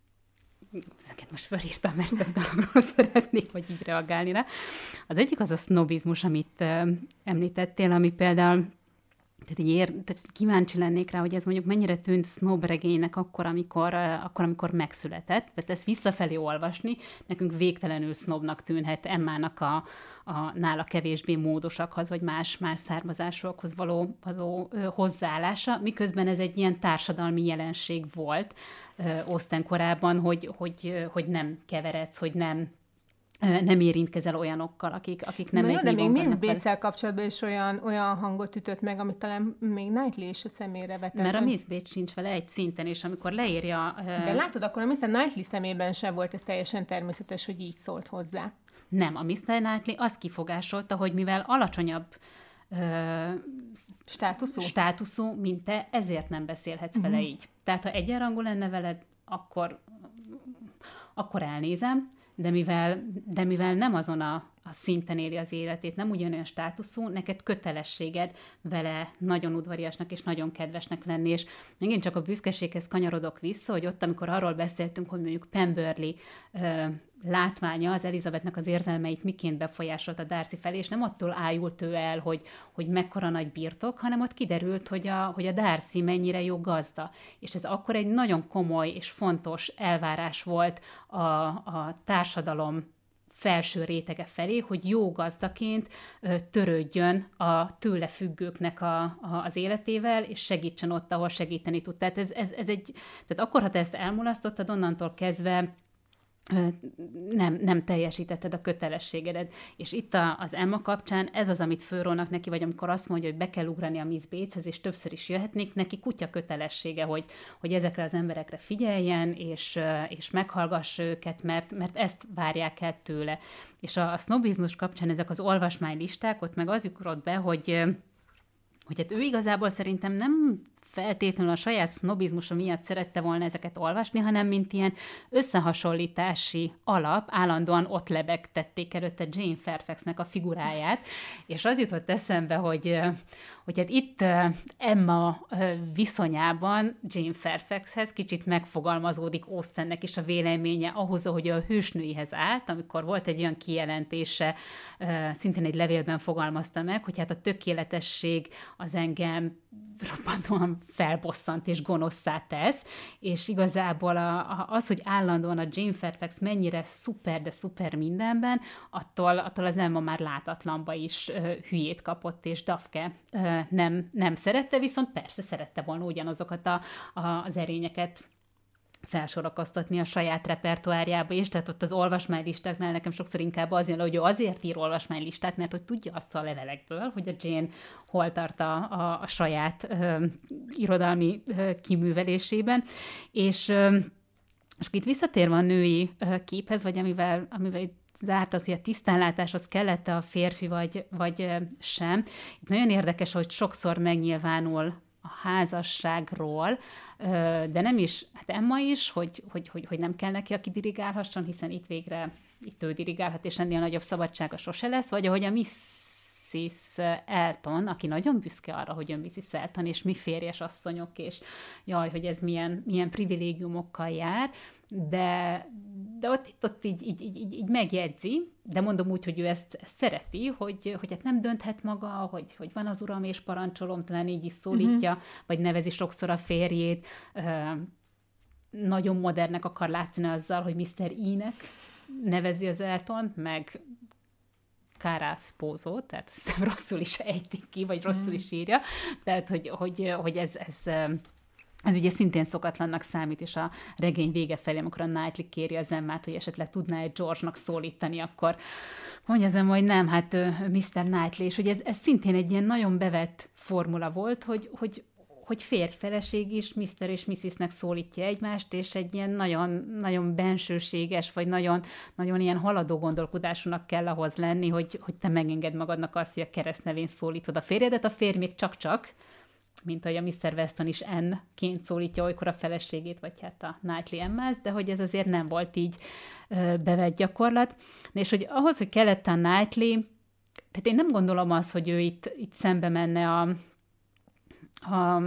Speaker 1: ezeket most felírtam, mert több dologról szeretnék, vagy így reagálni rá. Az egyik az a sznobizmus, amit uh, említettél, ami például tehát így ér, tehát kíváncsi lennék rá, hogy ez mondjuk mennyire tűnt sznob regénynek akkor, amikor, uh, akkor, amikor megszületett. Tehát ezt visszafelé olvasni, nekünk végtelenül sznobnak tűnhet Emmának a, a nála kevésbé módosakhoz, vagy más, más származásokhoz való, való ö, hozzáállása, miközben ez egy ilyen társadalmi jelenség volt ö, Austen korában, hogy, hogy, hogy nem keveredsz, hogy nem nem érintkezel olyanokkal, akik, akik nem
Speaker 2: Na,
Speaker 1: egy
Speaker 2: de még Miss
Speaker 1: Bates-el
Speaker 2: Bates kapcsolatban is olyan, olyan hangot ütött meg, amit talán még Knightley is a szemére vetett.
Speaker 1: Mert a Miss Bates sincs vele egy szinten, és amikor leírja...
Speaker 2: De látod, akkor a miszter Knightley szemében sem volt ez teljesen természetes, hogy így szólt hozzá.
Speaker 1: Nem, a miszter Knightley azt kifogásolta, hogy mivel alacsonyabb ö,
Speaker 2: státuszú?
Speaker 1: státuszú, mint te, ezért nem beszélhetsz uh-huh. vele így. Tehát, ha egyenrangú lenne veled, akkor, akkor elnézem, de mivel, de mivel nem azon a, a szinten éli az életét, nem ugyanolyan státuszú, neked kötelességed vele nagyon udvariasnak és nagyon kedvesnek lenni, és megint csak a büszkeséghez kanyarodok vissza, hogy ott, amikor arról beszéltünk, hogy mondjuk Pemberley ö, látványa az Elizabethnek az érzelmeit miként befolyásolta Darcy felé, és nem attól ájult ő el, hogy, hogy mekkora nagy birtok, hanem ott kiderült, hogy a, hogy a Darcy mennyire jó gazda. És ez akkor egy nagyon komoly és fontos elvárás volt a, a társadalom felső rétege felé, hogy jó gazdaként ö, törődjön a tőle függőknek a, a, az életével, és segítsen ott, ahol segíteni tud. Tehát ez, ez, ez egy, tehát akkor, ha te ezt elmulasztottad, onnantól kezdve Nem, nem teljesítetted a kötelességedet. És itt a, az Emma kapcsán ez az, amit fölrónak neki, vagy amikor azt mondja, hogy be kell ugrani a Miss Bateshez, és többször is jöhetnék, neki kutya kötelessége, hogy, hogy ezekre az emberekre figyeljen, és, és meghallgassa őket, mert, mert ezt várják el tőle. És a, a sznobizmus kapcsán ezek az olvasmánylisták, ott meg az ugrott be, hogy, hogy hát ő igazából szerintem nem feltétlenül a saját sznobizmusa miatt szerette volna ezeket olvasni, hanem mint ilyen összehasonlítási alap, állandóan ott lebegtették előtte Jane Fairfaxnek a figuráját, és az jutott eszembe, hogy, hogy hát itt Emma viszonyában Jane Fairfaxhez kicsit megfogalmazódik Austennek is a véleménye ahhoz, hogy a hősnőihez állt, amikor volt egy olyan kijelentése, szintén egy levélben fogalmazta meg, hogy hát a tökéletesség az engem robbantóan felbosszant és gonoszszá tesz, és igazából a, a, az, hogy állandóan a Jane Fairfax mennyire szuper, de szuper mindenben, attól, attól az Emma már látatlanba is ö, hülyét kapott, és Dafke ö, nem, nem szerette, viszont persze szerette volna ugyanazokat a, a, az erényeket felsorakoztatni a saját repertoárjába is, tehát ott az olvasmánylistáknál nekem sokszor inkább az jön, hogy ő azért ír olvasmánylistát, mert hogy tudja azt a levelekből, hogy a Jane hol tart a, a, a saját ö, irodalmi ö, kiművelésében, és, ö, és itt visszatérve a női ö, képhez, vagy amivel, amivel itt zártad, hogy a tisztánlátás az kellett a férfi, vagy, vagy ö, sem. Itt nagyon érdekes, hogy sokszor megnyilvánul a házasságról, de nem is, hát Emma is, hogy, hogy, hogy, hogy nem kell neki, aki dirigálhasson, hiszen itt végre itt ő dirigálhat, és ennél nagyobb szabadsága sose lesz, vagy ahogy a missus Elton, aki nagyon büszke arra, hogy ön missus Elton, és mi férjes asszonyok, és jaj, hogy ez milyen, milyen privilégiumokkal jár, de, de ott, itt, ott így, így, így, így megjegyzi, de mondom úgy, hogy ő ezt, ezt szereti, hogy, hogy hát nem dönthet maga, hogy, hogy van az uram és parancsolom, talán így is szólítja, uh-huh. vagy nevezi sokszor a férjét, nagyon modernnek akar látszani azzal, hogy miszter E-nek nevezi az Eltont, meg Cara Sposo, tehát azt hiszem rosszul is ejtik ki, vagy rosszul uh-huh. is írja, tehát hogy, hogy, hogy ez... ez Ez ugye szintén szokatlannak számít, és a regény vége felé, amikor a Knightley kéri az Emmát, hogy esetleg tudná egy George-nak szólítani, akkor mondja az Emma, hogy nem, hát miszter Knightley, és hogy ez, ez szintén egy ilyen nagyon bevett formula volt, hogy, hogy, hogy férj-feleség is miszter és missisnek szólítja egymást, és egy ilyen nagyon, nagyon bensőséges, vagy nagyon, nagyon ilyen haladó gondolkodásúnak kell ahhoz lenni, hogy, hogy te megengedd magadnak azt, hogy a keresztnevén szólítod a férjedet. A férj még csak-csak, mint ahogy a miszter Weston is N-ként szólítja olykor a feleségét, vagy hát a Knightley Emmáz, de hogy ez azért nem volt így ö, bevett gyakorlat. És hogy ahhoz, hogy kellett a Knightley, tehát én nem gondolom azt, hogy ő itt, itt szembe menne a, a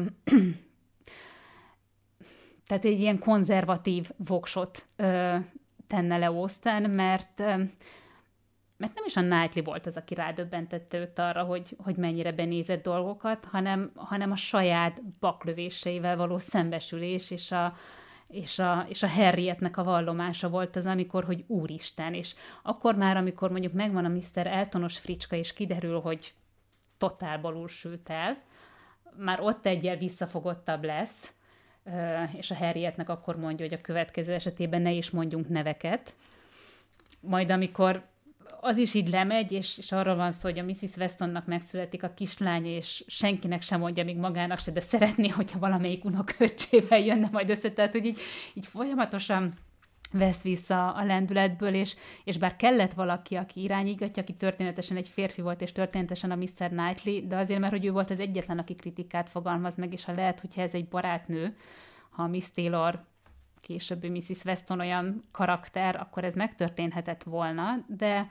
Speaker 1: tehát egy ilyen konzervatív voksot ö, tenne le Austen, mert ö, mert nem is a Knightley volt az, aki rádöbbentette őt arra, hogy, hogy mennyire benézett dolgokat, hanem, hanem a saját baklövéseivel való szembesülés, és a, és a, és a Harrietnek a vallomása volt az, amikor, hogy úristen, és akkor már, amikor mondjuk megvan a miszter Eltonos fricska, és kiderül, hogy totál balul sült el, már ott egyel visszafogottabb lesz, és a Harrietnek akkor mondja, hogy a következő esetében ne is mondjunk neveket. Majd amikor az is így lemegy, és, és arról van szó, hogy a missziz Westonnak megszületik a kislánya, és senkinek sem mondja, még magának se, de szeretné, hogyha valamelyik unoköccsével jönne majd össze, tehát hogy így, így folyamatosan vesz vissza a lendületből, és, és bár kellett valaki, aki irányítgatja, aki történetesen egy férfi volt, és történetesen a miszter Knightley, de azért, mert hogy ő volt az egyetlen, aki kritikát fogalmaz meg, és ha lehet, hogyha ez egy barátnő, ha Miss Taylor, későbbi missziz Weston olyan karakter, akkor ez megtörténhetett volna, de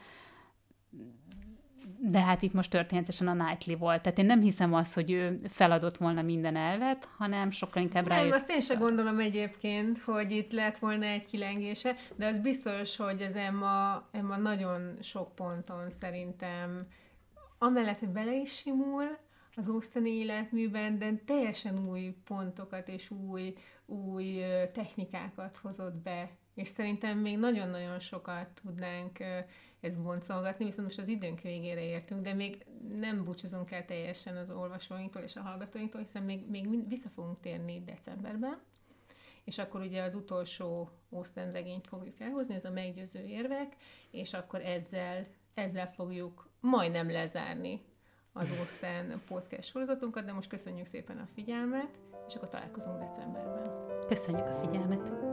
Speaker 1: de hát itt most történetesen a Knightley volt. Tehát én nem hiszem azt, hogy ő feladott volna minden elvet, hanem sokkal inkább rájött.
Speaker 2: Nem, azt én sem gondolom egyébként, hogy itt lett volna egy kilengése, de az biztos, hogy az Emma, Emma nagyon sok ponton szerintem amellett, hogy bele is simul az Austeni életműben, de teljesen új pontokat és új, új technikákat hozott be. És szerintem még nagyon-nagyon sokat tudnánk ezt boncolgatni, viszont most az időnk végére értünk, de még nem búcsúzunk el teljesen az olvasóinktól és a hallgatóinktól, hiszen még, még vissza fogunk térni decemberben, és akkor ugye az utolsó Austen regényt fogjuk elhozni, ez a Meggyőző érvek, és akkor ezzel, ezzel fogjuk majdnem lezárni az Austen podcast sorozatunkat, de most köszönjük szépen a figyelmet, és akkor találkozunk decemberben.
Speaker 1: Köszönjük a figyelmet!